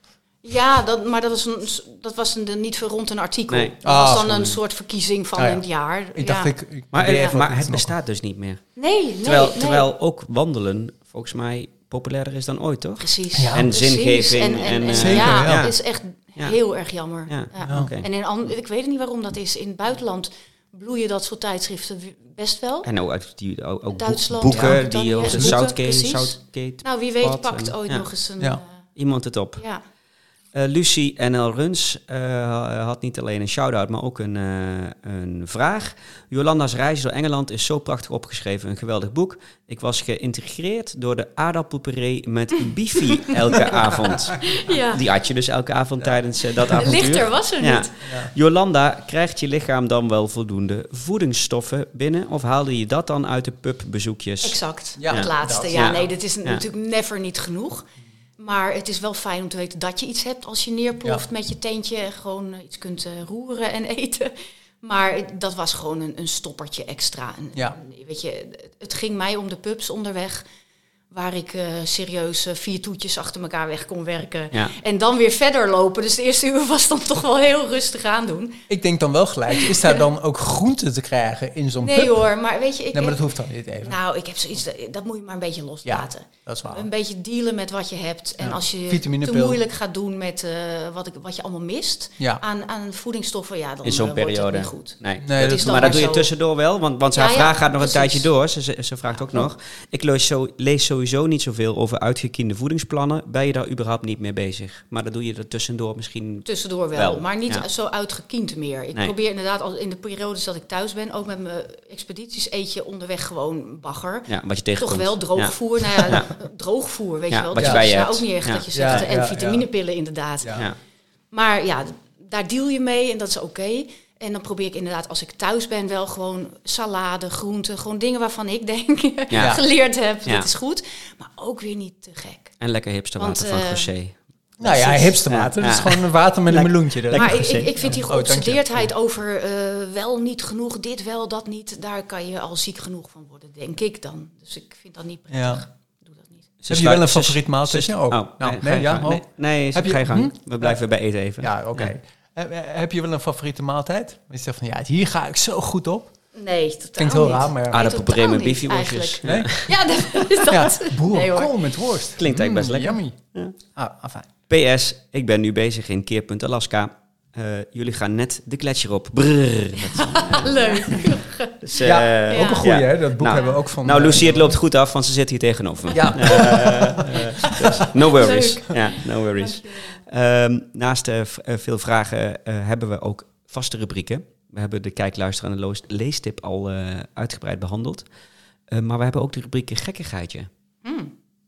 Ja, dat, maar dat was, een, dat was een, niet rond een artikel. Nee. Dat ah, was dan sorry. een soort verkiezing van ah, ja. een jaar. Ik dacht ja. ik... ik maar uh, maar het bestaat dus niet meer. Nee, nee. Terwijl, nee. terwijl ook wandelen volgens mij populairder is dan ooit, toch? Precies. Ja. En Precies. zingeving. En, en, en, en, uh, Zeker, ja, ja, dat is echt ja. heel erg jammer. Ja. Ja. Ja, okay. En in an- ik weet niet waarom dat is. In het buitenland bloeien dat soort tijdschriften best wel. En ook, die, ook, ook Duitsland, boeken, ja, die op de Southgate, Southgate. Nou, wie weet pakt en, ooit ja. nog eens een... Ja. Uh, Iemand het op. Ja. Uh, Lucie N L Runs uh, had niet alleen een shout-out, maar ook een, uh, een vraag. Jolanda's reis door Engeland is zo prachtig opgeschreven. Een geweldig boek. Ik was geïntrigeerd door de aardappelpuree met bifi elke avond. Ja. Die had je dus elke avond ja. tijdens uh, dat avontuur. Lichter was er ja. niet. Ja. Jolanda, krijgt je lichaam dan wel voldoende voedingsstoffen binnen? Of haalde je dat dan uit de pubbezoekjes? Exact, ja. het laatste. Ja, ja, nee, dit is ja. natuurlijk never niet genoeg. Maar het is wel fijn om te weten dat je iets hebt als je neerploft ja. met je teentje en gewoon uh, iets kunt uh, roeren en eten. Maar dat was gewoon een, een stoppertje extra. En, ja. Weet je, het ging mij om de pubs onderweg, waar ik uh, serieus uh, vier toetjes achter elkaar weg kon werken. Ja. En dan weer verder lopen. Dus de eerste uur was dan toch wel heel rustig aandoen. Ik denk dan wel gelijk, is daar dan ook groente te krijgen in zo'n nee, pub? Nee hoor, maar weet je... Ik, nee, maar dat hoeft dan niet even. Nou, ik heb zoiets, dat, dat moet je maar een beetje loslaten. Ja, dat is waar. Een beetje dealen met wat je hebt. En ja. als je Vitaminepil. te moeilijk gaat doen met uh, wat, ik, wat je allemaal mist ja. aan, aan voedingsstoffen, ja, dan in zo'n uh, periode. wordt het niet goed. Nee, nee dat, dat is maar dat doe je zo... tussendoor wel, want, want haar ja, vraag ja, gaat nog precies. een tijdje door. Ze, ze, ze vraagt ook ja. nog. Ik lees, zo, lees sowieso niet zoveel over uitgekiende voedingsplannen. Ben je daar überhaupt niet mee bezig? Maar dat doe je er tussendoor misschien Tussendoor wel, wel. maar niet ja. zo uitgekiend meer. Ik nee. probeer inderdaad, al in de periodes dat ik thuis ben, ook met mijn expedities eet je onderweg gewoon bagger. Ja, wat je tegenkomt. Toch wel droogvoer. Ja. Nou ja, ja. droogvoer, weet ja, je wel. Wat dat je is ja. ook niet echt ja. dat je zegt. Ja, en ja, vitaminepillen ja. inderdaad. Ja. Ja. Maar ja, daar deal je mee en dat is oké. Okay. En dan probeer ik inderdaad, als ik thuis ben, wel gewoon salade, groenten. Gewoon dingen waarvan ik denk, ja. geleerd heb, ja. dit is goed. Maar ook weer niet te gek. En lekker hipsterwater van José. Nou ja, hipsterwater. Ja. Dat is ja. gewoon een water met een meloentje. Er. Maar ik, ik, ik vind die geobsedeerdheid oh, over uh, wel niet genoeg, dit wel, dat niet. Daar kan je al ziek genoeg van worden, denk ik dan. Dus ik vind dat niet prettig. Ja. Doe dat niet. Heb je wel een favoriet maaltijdje? Oh, oh, nee, nee, nee, ja, nee, nee heb je, ga je gang. Hm? We blijven ja. bij eten even. Ja, oké. Okay. Ja. Uh, heb je wel een favoriete maaltijd? Je zegt van, ja, hier ga ik zo goed op. Nee, totaal Klinkt heel raar, maar... Aardappelpuree met biefworstjes. Nee? Ja, dat is dat. Ja, boerenkool nee, met worst. Klinkt eigenlijk best lekker. Yummy. Ja. Ah, ah, fijn. P S, ik ben nu bezig in Keerpunt Alaska. Uh, jullie gaan net de gletsjer op. Brrr. Leuk. Dus, uh, ja, ja, ook een goeie, ja. hè? Dat boek nou, hebben we ook van... Nou, Lucie, het loopt goed af, want ze zit hier tegenover me. Ja. Uh, uh, dus no worries. Ja, no worries. Um, naast uh, veel vragen uh, hebben we ook vaste rubrieken. We hebben de kijk, luister en de leestip al uh, uitgebreid behandeld. Uh, maar we hebben ook de rubriek gekkigheidje. Hmm.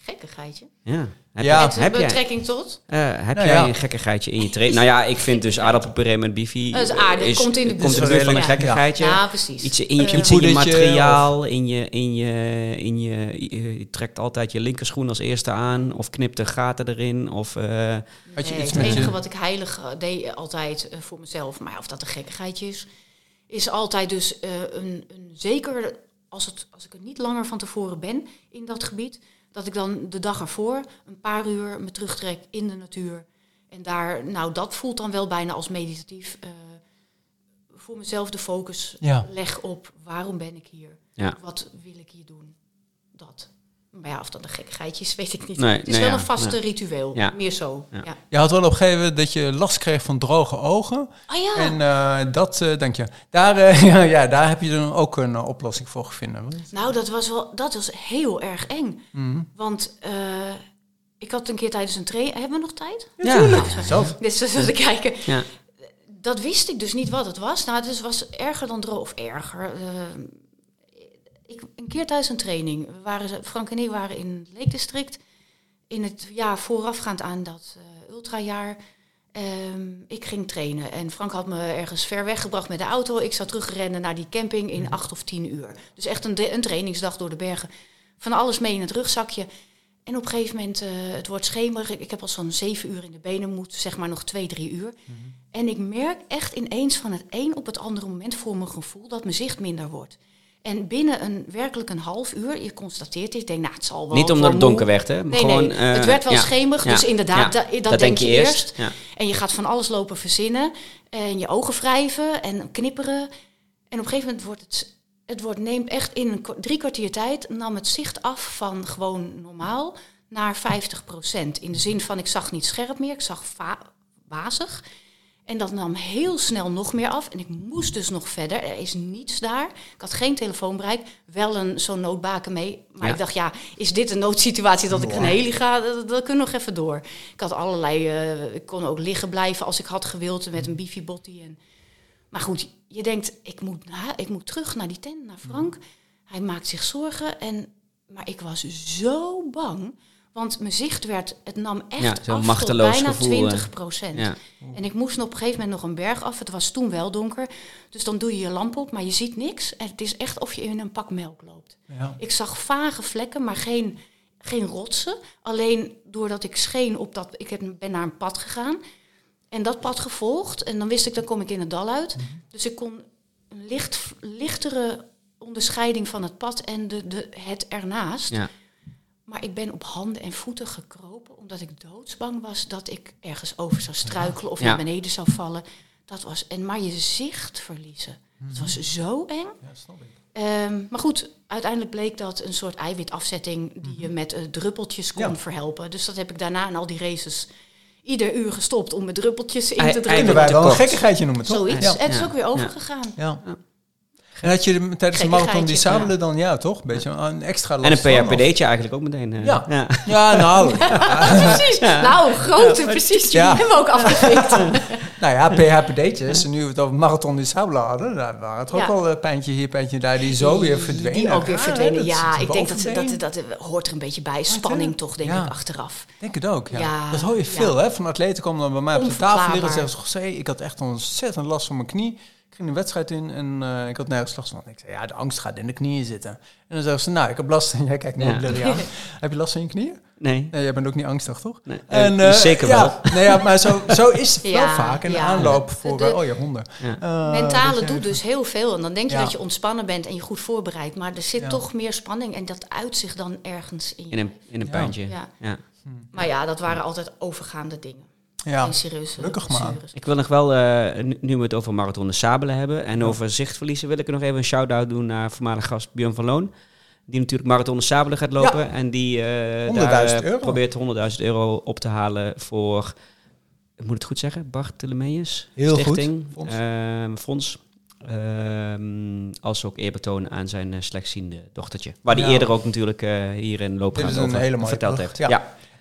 Gekkigheidje? Ja. Heb, ja. Met heb betrekking jij, tot? Uh, heb nou, jij ja. een gekkigheidje in je training? Nou ja, ik vind dus aardappelpuree met bifi... Dat is aardig, is, komt in de buurt van een ja. gekkigheidje. Ja, ja precies. Iets in je, uh, iets in je materiaal, in je, in je, in je, je... Je trekt altijd je linkerschoen als eerste aan... of knipt de gaten erin, of... Uh, nee, het enige je... wat ik heilig deed altijd uh, voor mezelf... maar of dat een gekkigheidje is... is altijd dus uh, een, een zeker... Als, het, als ik er niet langer van tevoren ben in dat gebied... dat ik dan de dag ervoor een paar uur me terugtrek in de natuur. En daar, nou, dat voelt dan wel bijna als meditatief. Uh, voor mezelf de focus ja. leg op waarom ben ik hier? Ja. Wat wil ik hier doen? Dat. Maar ja, of dat een gekkigheidje is, weet ik niet. Nee, het is nee, wel ja. een vaste nee. ritueel, ja. meer zo. Ja. Ja. Je had wel op een gegeven moment dat je last kreeg van droge ogen. Ah ja. En uh, dat, uh, denk je, daar, uh, ja, ja, daar heb je dan ook een uh, oplossing voor gevonden. Nou, dat was wel, dat was heel erg eng. Mm-hmm. Want uh, ik had een keer tijdens een training... Hebben we nog tijd? Ja, natuurlijk. Ja. Zo. Dit is zo te kijken. Ja. Dat wist ik dus niet wat het was. Nou, het was erger dan droog, of erger... Uh, Ik, een keer thuis een training. We waren, Frank en ik waren in het Lake District. In het jaar voorafgaand aan dat uh, ultrajaar. Um, ik ging trainen. En Frank had me ergens ver weggebracht met de auto. Ik zou terugrennen naar die camping in acht of tien uur. Dus echt een, de, een trainingsdag door de bergen. Van alles mee in het rugzakje. En op een gegeven moment, uh, het wordt schemerig. Ik, ik heb al zo'n zeven uur in de benen, moet zeg maar nog twee, drie uur. Mm-hmm. En ik merk echt ineens van het een op het andere moment voor mijn gevoel... dat mijn zicht minder wordt. En binnen een werkelijk een half uur, je constateert dit, ik denk, nou, het zal wel... Niet omdat het donker werd, hè? Nee, Gewoon, nee, uh, het werd wel ja, schemerig, ja, dus inderdaad, ja, da, dat, dat denk je eerst. eerst. Ja. En je gaat van alles lopen verzinnen, en je ogen wrijven en knipperen. En op een gegeven moment wordt het, het wordt, neemt echt in een drie kwartier tijd, nam het zicht af van gewoon normaal naar vijftig procent. In de zin van, ik zag niet scherp meer, ik zag va- wazig. En dat nam heel snel nog meer af. En ik moest dus nog verder. Er is niets daar. Ik had geen telefoonbereik. Wel een zo'n noodbaken mee. Maar ja. ik dacht, ja, is dit een noodsituatie dat ik een heli ga? Dat, dat kunnen we nog even door. Ik had allerlei... Uh, ik kon ook liggen blijven als ik had gewild met een bifi-botti. En... Maar goed, je denkt, ik moet, nou, ik moet terug naar die tent, naar Frank. Hij maakt zich zorgen. En, maar ik was zo bang... Want mijn zicht werd, het nam echt ja, af tot bijna twintig procent. Ja. En ik moest op een gegeven moment nog een berg af. Het was toen wel donker. Dus dan doe je je lamp op, maar je ziet niks. En het is echt of je in een pak melk loopt. Ja. Ik zag vage vlekken, maar geen, geen rotsen. Alleen doordat ik scheen op dat... Ik ben naar een pad gegaan. En dat pad gevolgd. En dan wist ik, dan kom ik in het dal uit. Mm-hmm. Dus ik kon een licht, lichtere onderscheiding van het pad en de, de, het ernaast... Ja. Maar ik ben op handen en voeten gekropen... omdat ik doodsbang was dat ik ergens over zou struikelen... of ja. naar beneden zou vallen. Dat was, en maar je zicht verliezen. Mm-hmm. Het was zo eng. Ja, snap ik. Um, maar goed, uiteindelijk bleek dat een soort eiwitafzetting... die mm-hmm. je met uh, druppeltjes kon ja. verhelpen. Dus dat heb ik daarna in al die races... ieder uur gestopt om met druppeltjes in I, te drukken. Kunnen wij wel een gekkigheidje noemen, toch? Zoiets. Ja. Het is ja. ook weer overgegaan. Ja. Ja. En had je tijdens de Marathon des Sables ja. dan, ja toch, een beetje een extra last en een P H P D'tje eigenlijk ook meteen. Uh, ja. Ja. ja, nou. ja. Precies. Ja. Nou, grote, ja. precies. Die ja. hebben we ook afgevinkt. nou ja, P H P D'tjes, nu we het over Marathon des Sables hadden, daar waren het ook ja. al een pijntje hier, pijntje daar, die zo weer verdwenen. Die ook weer verdwenen, ja. ja ik denk dat, dat, dat, dat hoort er een beetje bij. Spanning toch, denk ja. ik, achteraf. Denk het ook, ja. ja. Dat hoor je veel, ja. hè. Van atleten komen dan bij mij op de tafel liggen en zeggen ze, ik had echt ontzettend last van mijn knie. Ik ging een wedstrijd in en uh, ik had nergens last van. Ik zei, ja, de angst gaat in de knieën zitten. En dan zeggen ze, nou, ik heb last van... Jij kijkt naar de ja. Heb je last van je knieën? Nee. nee. Jij bent ook niet angstig, toch? Nee, en, uh, zeker wel. Ja, nee, ja, maar zo, zo is het ja, wel vaak. In de ja. aanloop voor... De, oh ja, honden. Ja. Uh, Mentale doet dus heel veel. En dan denk je ja. dat je ontspannen bent en je goed voorbereid. Maar er zit ja. toch meer spanning. En dat uit zich dan ergens in. In een, in een ja. pijntje. Ja. Ja. Hm. Maar ja, dat waren altijd overgaande dingen. Ja, gelukkig maar. Ik wil nog wel, uh, nu, nu we het over Marathon des Sables hebben en ja. over zichtverliezen, wil ik er nog even een shout-out doen naar voormalig gast Björn van Loon. Die natuurlijk Marathon des Sables gaat lopen ja. en die uh, daar, uh, probeert honderdduizend euro op te halen voor, ik moet het goed zeggen, Bartholomeus Heel Stichting. Goed. Fonds. Uh, fonds. Um, als ook eerbetoon aan zijn uh, slechtziende dochtertje. Waar die ja. eerder ook natuurlijk uh, hier in Loopgaan over verteld heeft. Ja. ja.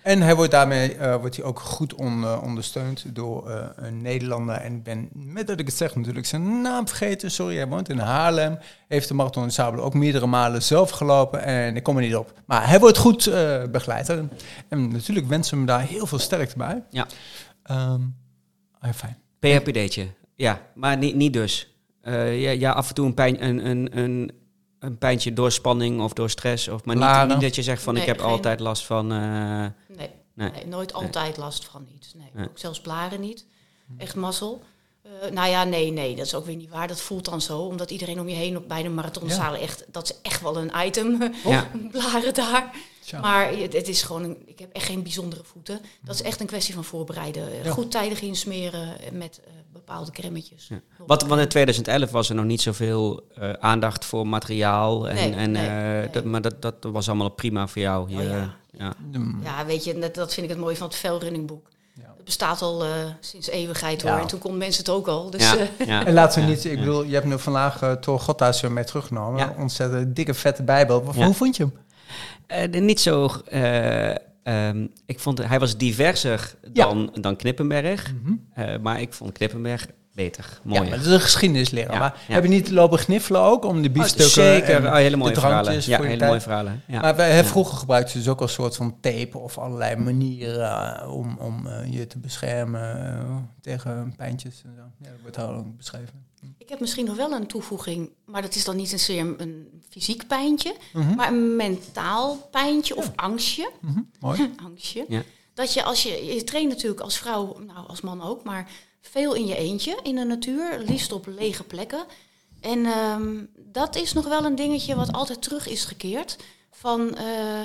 En hij wordt daarmee uh, wordt hij ook goed on, uh, ondersteund door uh, een Nederlander. En ik ben, met dat ik het zeg natuurlijk, zijn naam vergeten. Sorry, hij woont in Haarlem. Heeft de Marathon in Sabelen ook meerdere malen zelf gelopen. En ik kom er niet op. Maar hij wordt goed uh, begeleid. En, en natuurlijk wensen we hem daar heel veel sterkte bij. Ja. Um, ah, fijn. P H P D'tje. Ja, maar niet, niet dus. Uh, ja, ja, af en toe een pijn... Een, een, een Een pijntje door spanning of door stress. Of, maar niet, niet dat je zegt van nee, ik heb geen... altijd last van... Uh... Nee, nee. nee, nooit nee. altijd last van iets. Nee. Nee. Ook zelfs blaren niet. Echt mazzel. Uh, nou ja, nee, nee, dat is ook weer niet waar. Dat voelt dan zo. Omdat iedereen om je heen op bij de marathonzalen... Ja. Echt, dat is echt wel een item. Ja. Blaren daar. Tja. Maar het is gewoon... Een, ik heb echt geen bijzondere voeten. Dat is echt een kwestie van voorbereiden. Ja. Goed tijdig insmeren met uh, bepaalde cremmetjes. Ja. Wat, want in twintig elf was er nog niet zoveel uh, aandacht voor materiaal. En, nee, en, nee, uh, nee. Dat, maar dat, dat was allemaal prima voor jou. Je, oh, ja. Ja. ja, weet je, dat, dat vind ik het mooie van het Trailrunningboek. Ja. Het bestaat al uh, sinds eeuwigheid hoor. Ja. En toen konden mensen het ook al. Dus, ja. Uh, ja. En laten we niet, ik bedoel, je hebt nu vandaag uh, Thor Gotta's mee teruggenomen. Ja. Ontzettend dikke, vette bijbel. Ja. Hoe vond je hem? Uh, niet zo... Uh, um, ik vond hij was diverser dan, ja. dan Knippenberg. Mm-hmm. Uh, maar ik vond Knippenberg beter. Mooi. Ja, maar dat is een geschiedenisleraar. Ja, maar ja. heb je niet lopen gniffelen ook om de biefstukken? Oh, zeker, oh, hele mooie verhalen. Ja, hele tijd. mooie verhalen. Ja. Maar wij, ja. vroeger gebruikten ze dus ook als soort van tape of allerlei manieren uh, om, om uh, je te beschermen uh, tegen pijntjes en zo. Ja, dat wordt daar ook beschreven. Ik heb misschien nog wel een toevoeging, maar dat is dan niet zozeer een, een fysiek pijntje, mm-hmm. maar een mentaal pijntje ja. of angstje. Mm-hmm. Mooi. angstje. Ja. Dat je als je, je traint natuurlijk als vrouw, nou als man ook, maar veel in je eentje in de natuur, liefst op lege plekken. En um, dat is nog wel een dingetje wat altijd terug is gekeerd. Van, uh,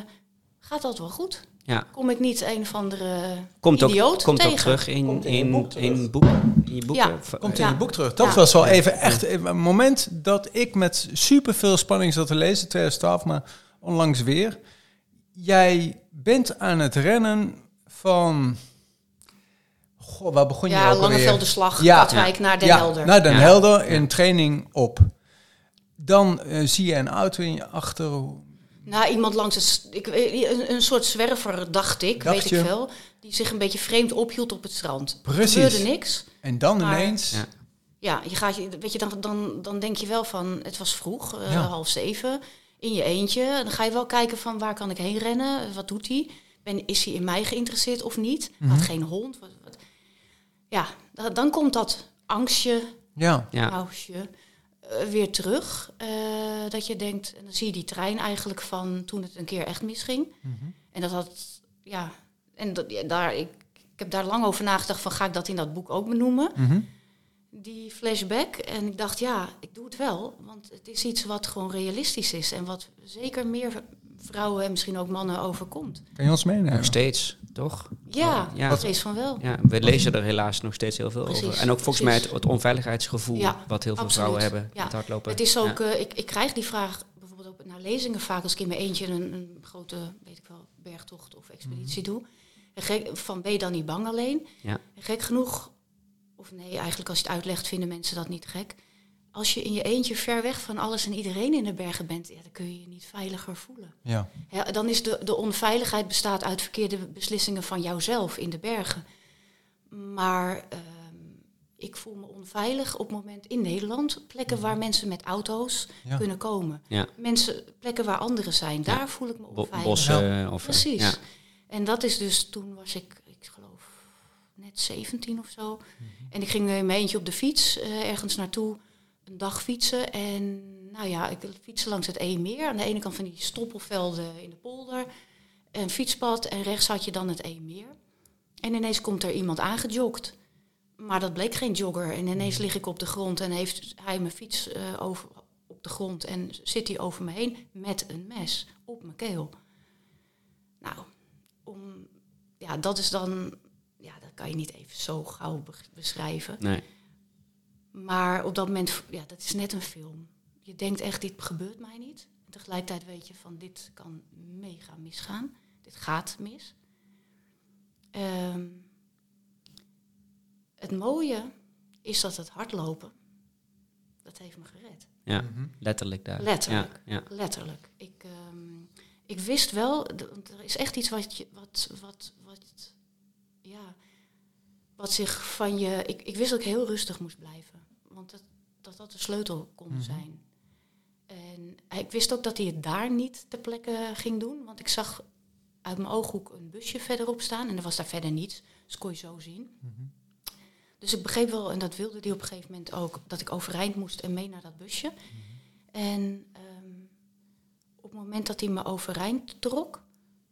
gaat dat wel goed? Ja. Kom ik niet een of andere komt idioot ook, komt tegen? Komt ook terug in, in, in, boek terug. in, boek, in je boeken? Ja. Komt ja. in je boek terug. Dat ja. was wel even echt een moment dat ik met superveel spanning zat te lezen, twintig twaalf, maar onlangs weer. Jij bent aan het rennen van... Goh, waar begon je ja, ook alweer? Langevelderslag, ja. Katwijk naar Den ja, Helder. naar Den ja. Helder in ja. training op. Dan uh, zie je een auto in je achter. Nou, iemand langs het... Ik, een, een soort zwerver, dacht ik, dacht weet je? ik veel. Die zich een beetje vreemd ophield op het strand. Precies. Er gebeurde niks. En dan maar, ineens... Ja, ja je gaat, weet je, dan, dan, dan denk je wel van... Het was vroeg, uh, ja. half zeven, in je eentje. Dan ga je wel kijken van waar kan ik heen rennen? Wat doet hij? Ben, is hij in mij geïnteresseerd of niet? Mm-hmm. Had geen hond. Wat, wat. Ja, dan, dan komt dat angstje, ja. angstje uh, weer terug. Uh, dat je denkt, en dan zie je die trein eigenlijk van toen het een keer echt misging. Mm-hmm. En dat had, ja, en dat, ja, daar, ik, ik heb daar lang over nagedacht van ga ik dat in dat boek ook benoemen? Mm-hmm. Die flashback. En ik dacht, ja, ik doe het wel. Want het is iets wat gewoon realistisch is. En wat zeker meer vrouwen en misschien ook mannen overkomt. Kan je ons meenemen? Nog steeds, toch? Ja, ja. nog steeds van wel. Ja, we lezen er helaas nog steeds heel veel Precies. over. En ook volgens Precies. mij het, het onveiligheidsgevoel ja, wat heel veel absoluut. vrouwen hebben ja. met hardlopen. Het is ook, ja. uh, ik, ik krijg die vraag bijvoorbeeld ook naar lezingen vaak als ik in mijn eentje een, een grote, weet ik wel, bergtocht of expeditie mm-hmm. doe. En gek, van ben je dan niet bang alleen? Ja. En gek genoeg, of nee, eigenlijk als je het uitlegt vinden mensen dat niet gek. Als je in je eentje ver weg van alles en iedereen in de bergen bent, ja, dan kun je je niet veiliger voelen. Ja. Ja, dan is de, de onveiligheid bestaat uit verkeerde beslissingen van jouzelf in de bergen. Maar uh, ik voel me onveilig op het moment in Nederland. Plekken waar mensen met auto's ja. kunnen komen. Ja. Mensen, plekken waar anderen zijn, daar ja. voel ik me onveilig. Bossen ja. of... Precies. Ja. En dat is dus, toen was ik, ik geloof, net zeventien of zo. Mm-hmm. En ik ging in mijn eentje op de fiets uh, ergens naartoe. Een dag fietsen en nou ja, ik fietsen langs het Eemmeer. Aan de ene kant van die stoppelvelden in de polder. Een fietspad en rechts had je dan het Eemmeer. En ineens komt er iemand aangejogd. Maar dat bleek geen jogger. En ineens lig ik op de grond en heeft hij mijn fiets uh, over, op de grond. En zit hij over me heen met een mes op mijn keel. Nou, om, ja, dat is dan... Ja, dat kan je niet even zo gauw be- beschrijven. Nee. Maar op dat moment, ja, dat is net een film. Je denkt echt, dit gebeurt mij niet. En tegelijkertijd weet je van, dit kan mega misgaan. Dit gaat mis. Um, het mooie is dat het hardlopen, dat heeft me gered. Ja, mm-hmm. letterlijk daar. Letterlijk, ja, ja. letterlijk. Ik, um, ik wist wel, d- er is echt iets wat je, wat, wat, wat, ja, wat zich van je, ik, ik wist dat ik heel rustig moest blijven. Want dat dat, dat de sleutel kon mm-hmm. zijn. En ik wist ook dat hij het daar niet ter plekke ging doen. Want ik zag uit mijn ooghoek een busje verderop staan. En er was daar verder niets. Dus kon je zo zien. Mm-hmm. Dus ik begreep wel, en dat wilde hij op een gegeven moment ook, dat ik overeind moest en mee naar dat busje. Mm-hmm. En um, op het moment dat hij me overeind trok,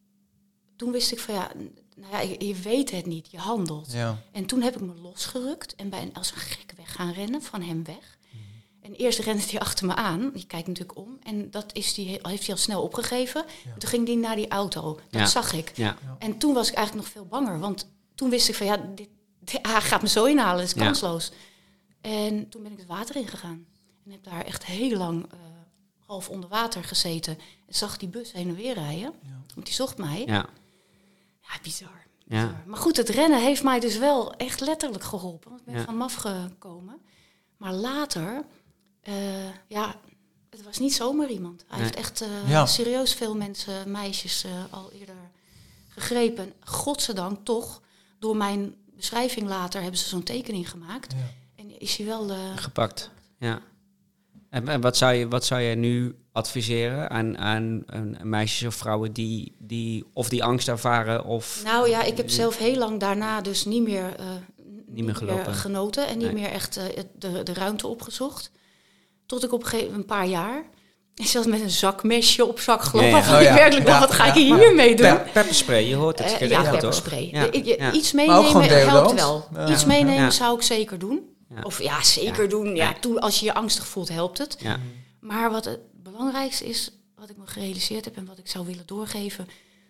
toen wist ik van ja, nou ja, je, je weet het niet, je handelt. Ja. En toen heb ik me losgerukt en ben als een gek weg gaan rennen, van hem weg. Mm-hmm. En eerst rende hij achter me aan, die kijkt natuurlijk om. En dat is die, heeft hij al snel opgegeven. Ja. Toen ging hij naar die auto, dat ja. zag ik. Ja. En toen was ik eigenlijk nog veel banger, want toen wist ik van ja, dit, dit, hij gaat me zo inhalen, dat is kansloos. Ja. En toen ben ik het water ingegaan. En heb daar echt heel lang uh, half onder water gezeten. En zag die bus heen en weer rijden, ja. want die zocht mij. Ja, ja bizar. Ja. Maar goed, het rennen heeft mij dus wel echt letterlijk geholpen. Want ik ben ja. van hem afgekomen. Maar later, uh, ja, het was niet zomaar iemand. Hij nee. heeft echt uh, ja. serieus veel mensen, meisjes uh, al eerder gegrepen. Godzijdank toch, door mijn beschrijving later hebben ze zo'n tekening gemaakt. Ja. En is hij wel... Uh, gepakt, ja. En, en wat, zou je, wat zou je nu adviseren aan, aan, aan meisjes of vrouwen die, die of die angst ervaren? Of nou ja, ik heb zelf heel lang daarna dus niet meer, uh, niet niet meer, gelopen. meer genoten en niet nee. meer echt uh, de, de ruimte opgezocht. Tot ik op een gegeven een paar jaar, ik zat met een zakmesje op zak gelopen. Ja, ja. Oh, ja. Werkelijk, ja. wat ga ik hier hiermee doen? Ja, pepperspray, je hoort het. Uh, ja, pepperspray. Ja. Ja. Iets meenemen helpt wel. Ja. Iets meenemen ja. zou ik zeker doen. Ja. Of ja, zeker ja. doen. Ja, toen, als je je angstig voelt, helpt het. Ja. Maar wat het belangrijkste is, wat ik me gerealiseerd heb en wat ik zou willen doorgeven,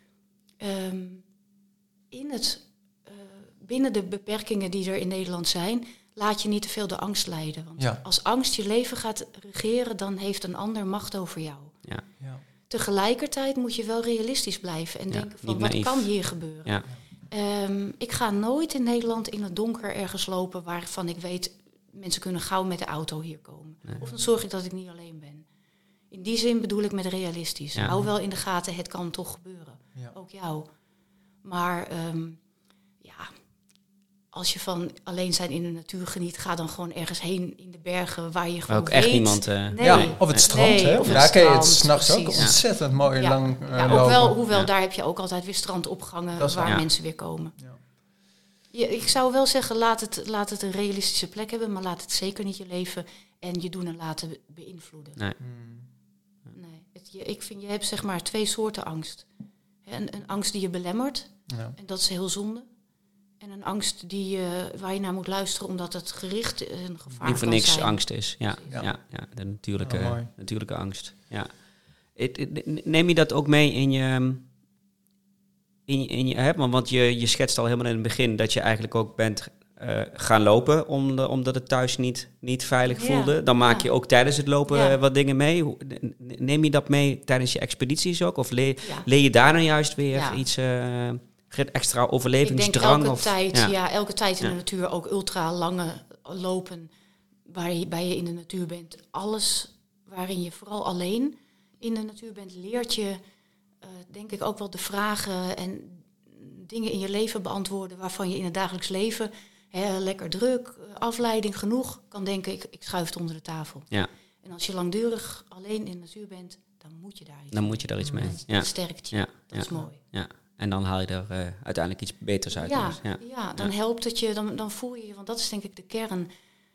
um, in het, uh, binnen de beperkingen die er in Nederland zijn, laat je niet te veel de angst leiden. Want ja. als angst je leven gaat regeren, dan heeft een ander macht over jou. Ja. Ja. Tegelijkertijd moet je wel realistisch blijven en ja, denken van, wat kan hier gebeuren? Ja. Um, ik ga nooit in Nederland in het donker ergens lopen waarvan ik weet, mensen kunnen gauw met de auto hier komen. Nee. Of dan zorg ik dat ik niet alleen ben. In die zin bedoel ik met realistisch. Ja. Hou wel in de gaten, het kan toch gebeuren. Ja. Ook jou. Maar um, ja, als je van alleen zijn in de natuur geniet, ga dan gewoon ergens heen in de bergen waar je gewoon ook weet. echt niemand. Uh, nee. Ja, of het strand, nee, hè? Of Daar het kun je het strand, s'nachts ook ontzettend mooi ja. lang uh, ja, ook wel, hoewel ja. daar heb je ook altijd weer strandopgangen waar ja. mensen weer komen. Ja. Ja, ik zou wel zeggen, laat het, laat het een realistische plek hebben, maar laat het zeker niet je leven en je doen en laten beïnvloeden. Nee. Hmm. nee het, je, ik vind, je hebt zeg maar twee soorten angst. Een, een angst die je belemmert, ja. en dat is heel zonde. En een angst die, uh, waar je naar moet luisteren omdat het gericht een gevaar die voor kan niks zijn. angst is. Ja, ja. ja, ja de natuurlijke, ja, natuurlijke angst. Ja. Het, het, neem je dat ook mee in je... In je, in je, hè, want je, je schetst al helemaal in het begin dat je eigenlijk ook bent uh, gaan lopen om de, omdat het thuis niet, niet veilig voelde. Ja, dan maak ja. je ook tijdens het lopen ja. wat dingen mee. Neem je dat mee tijdens je expedities ook? Of leer, ja. leer je daar nou juist weer ja. iets uh, extra overlevingsdrang? Ik denk elke of, tijd, ja. ja, elke tijd in ja. de natuur, ook ultra lange lopen waar je, bij je in de natuur bent. Alles waarin je vooral alleen in de natuur bent, leert je... Uh, denk ik ook wel de vragen en dingen in je leven beantwoorden waarvan je in het dagelijks leven hè, lekker druk, afleiding genoeg kan denken, ik, ik schuif het onder de tafel. Ja. En als je langdurig alleen in de natuur bent, dan moet je daar iets Dan mee. moet je daar iets mee. Dat, ja. dat sterkt je. Ja. Dat ja. is mooi. Ja. En dan haal je er uh, uiteindelijk iets beters uit. Ja, dus. ja. ja dan ja. helpt het je, dan, dan voel je je, want dat is denk ik de kern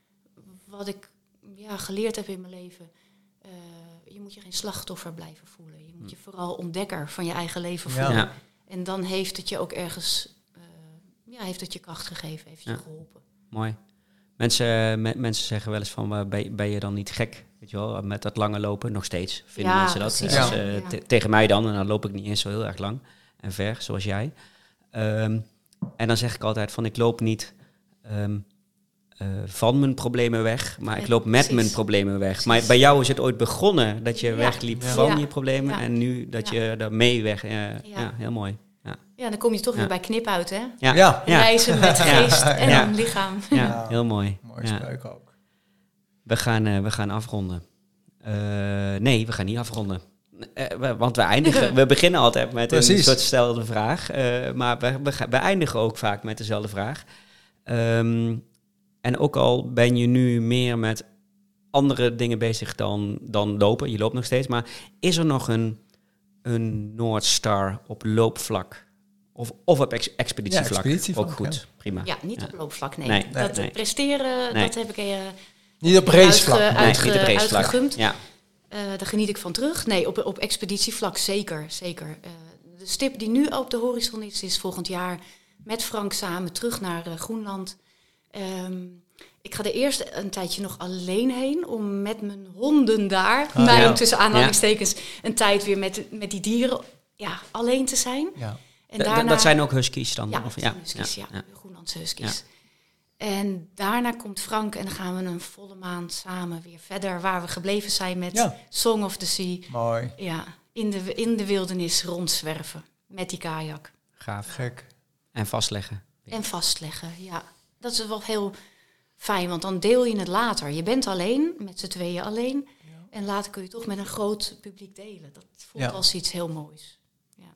wat ik ja, geleerd heb in mijn leven. Uh, je moet je geen slachtoffer blijven voelen. Je moet je vooral ontdekker van je eigen leven voelen. Ja. En dan heeft het je ook ergens, uh, ja, heeft het je kracht gegeven, heeft je ja. geholpen. Mooi. Mensen, me, mensen zeggen wel eens van, uh, ben, ben je dan niet gek? Weet je wel, met dat lange lopen, nog steeds vinden ja, mensen dat. Precies, dus, ja. uh, ja. te, tegen mij dan, en dan loop ik niet eens zo heel erg lang en ver, zoals jij. Um, en dan zeg ik altijd van, ik loop niet... Um, Uh, van mijn problemen weg, maar ja, ik loop met precies. mijn problemen weg. Precies. Maar bij jou is het ooit begonnen dat je ja. wegliep ja. van ja. je problemen ja. en nu dat ja. je daar mee weg... Uh, ja. ja, heel mooi. Ja. ja, dan kom je toch ja. weer bij knip uit, hè? Ja. ja. Reizen met geest ja. en ja. lichaam. Ja, ja. heel mooi. Mooi ja. spreuk ook. We gaan, uh, we gaan afronden. Uh, nee, we gaan niet afronden. Uh, want we, eindigen, we beginnen altijd met Precies. een soort stelde vraag. Uh, maar we, we, we eindigen ook vaak met dezelfde vraag. Um, en ook al ben je nu meer met andere dingen bezig dan, dan lopen. Je loopt nog steeds. Maar is er nog een, een North Star op loopvlak? Of, of op ex- expeditievlak? Ja, expeditievlak. Ook goed, ja. Prima. Ja, niet ja. op loopvlak, nee. nee. Dat nee. presteren, nee. dat heb ik... Uh, niet op racevlak. Uitge, nee, uitge, niet op racevlak. Uitgegumd. Ja. Uh, daar geniet ik van terug. Nee, op, op expeditievlak zeker. zeker. Uh, de stip die nu op de horizon is, is volgend jaar met Frank samen terug naar uh, Groenland. Um, ik ga er eerst een tijdje nog alleen heen om met mijn honden daar, oh, mijn ja. tussen aanhalingstekens, ja. een tijd weer met, met die dieren ja, alleen te zijn. Ja. En daarna, dat zijn ook huskies dan? Ja, of, ja. huskies, ja. ja. ja. Groenlandse huskies. Ja. En daarna komt Frank en dan gaan we een volle maand samen weer verder waar we gebleven zijn met ja. Song of the Sea. Mooi. Ja, in de, in de wildernis rondzwerven met die kajak. Gaaf. Gek. En vastleggen. En vastleggen, ja. Dat is wel heel fijn, want dan deel je het later. Je bent alleen, met z'n tweeën alleen. Ja. En later kun je toch met een groot publiek delen. Dat voelt ja. als iets heel moois. Ja.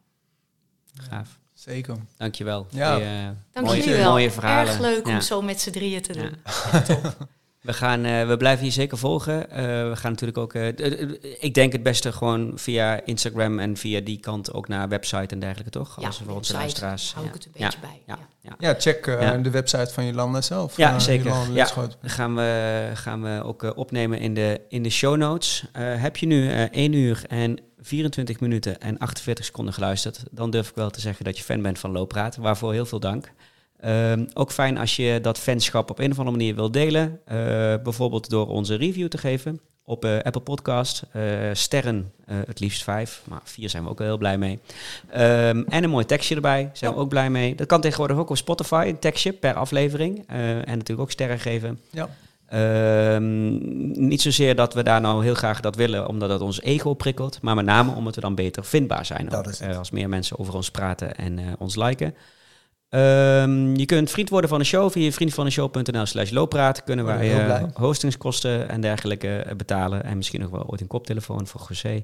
Gaaf. Zeker. Dankjewel. Ja. Voor je, Dank mooie, jullie wel. mooie verhalen. Erg leuk ja. om zo met z'n drieën te doen. Ja. We, gaan, uh, we blijven je zeker volgen. Uh, we gaan natuurlijk ook... Uh, uh, ik denk het beste gewoon via Instagram en via die kant ook naar website en dergelijke, toch? Ja, voor onze luisteraars. hou ik het een beetje ja. bij. Ja, ja. ja. ja check uh, ja. de website van Jolanda zelf. Ja, uh, zeker. Ja. Dat gaan we, gaan we ook uh, opnemen in de, in de show notes. Uh, heb je nu uh, één uur en vierentwintig minuten en achtenveertig seconden geluisterd, dan durf ik wel te zeggen dat je fan bent van Looppraat. Waarvoor heel veel dank. Um, ook fijn als je dat fanschap op een of andere manier wilt delen. Uh, bijvoorbeeld door onze review te geven op uh, Apple Podcast. Uh, sterren, uh, het liefst vijf. Maar vier zijn we ook wel heel blij mee. Um, en een mooi tekstje erbij, zijn we ook blij mee. Dat kan tegenwoordig ook op Spotify, een tekstje per aflevering. Uh, en natuurlijk ook sterren geven. Ja. Um, niet zozeer dat we daar nou heel graag dat willen, omdat het ons ego prikkelt. Maar met name omdat we dan beter vindbaar zijn. Ook, uh, als meer mensen over ons praten en uh, ons liken. Um, je kunt vriend worden van de show via vriendvandeshow.nl slash looppraat. Kunnen oh, wij uh, hostingskosten en dergelijke uh, betalen. En misschien nog wel ooit een koptelefoon voor José.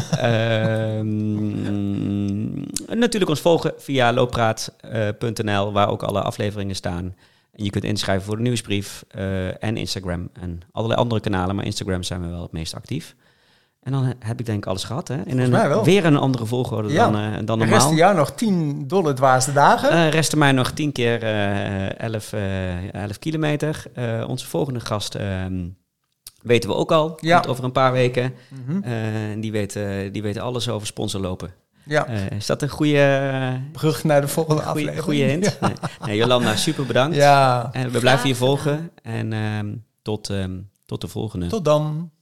um, natuurlijk ons volgen via looppraat punt n l, waar ook alle afleveringen staan. En je kunt inschrijven voor de nieuwsbrief uh, en Instagram en allerlei andere kanalen. Maar Instagram zijn we wel het meest actief. En dan heb ik denk ik alles gehad, hè? In een, weer een andere volgorde ja. dan, uh, dan normaal. Resten jou nog tien dolle dwaasde dagen? Uh, resten mij nog tien keer uh, elf, uh, elf kilometer. Uh, onze volgende gast uh, weten we ook al. Ja. Over een paar weken. Mm-hmm. Uh, die, weet, uh, die weten alles over sponsorlopen. Ja. Uh, is dat een goede... Uh, brug naar de volgende goeie, aflevering? Goede hint. Ja. Nee. Nee, Jolanda, super bedankt. Ja. En we blijven je volgen. En uh, tot, um, tot de volgende. Tot dan.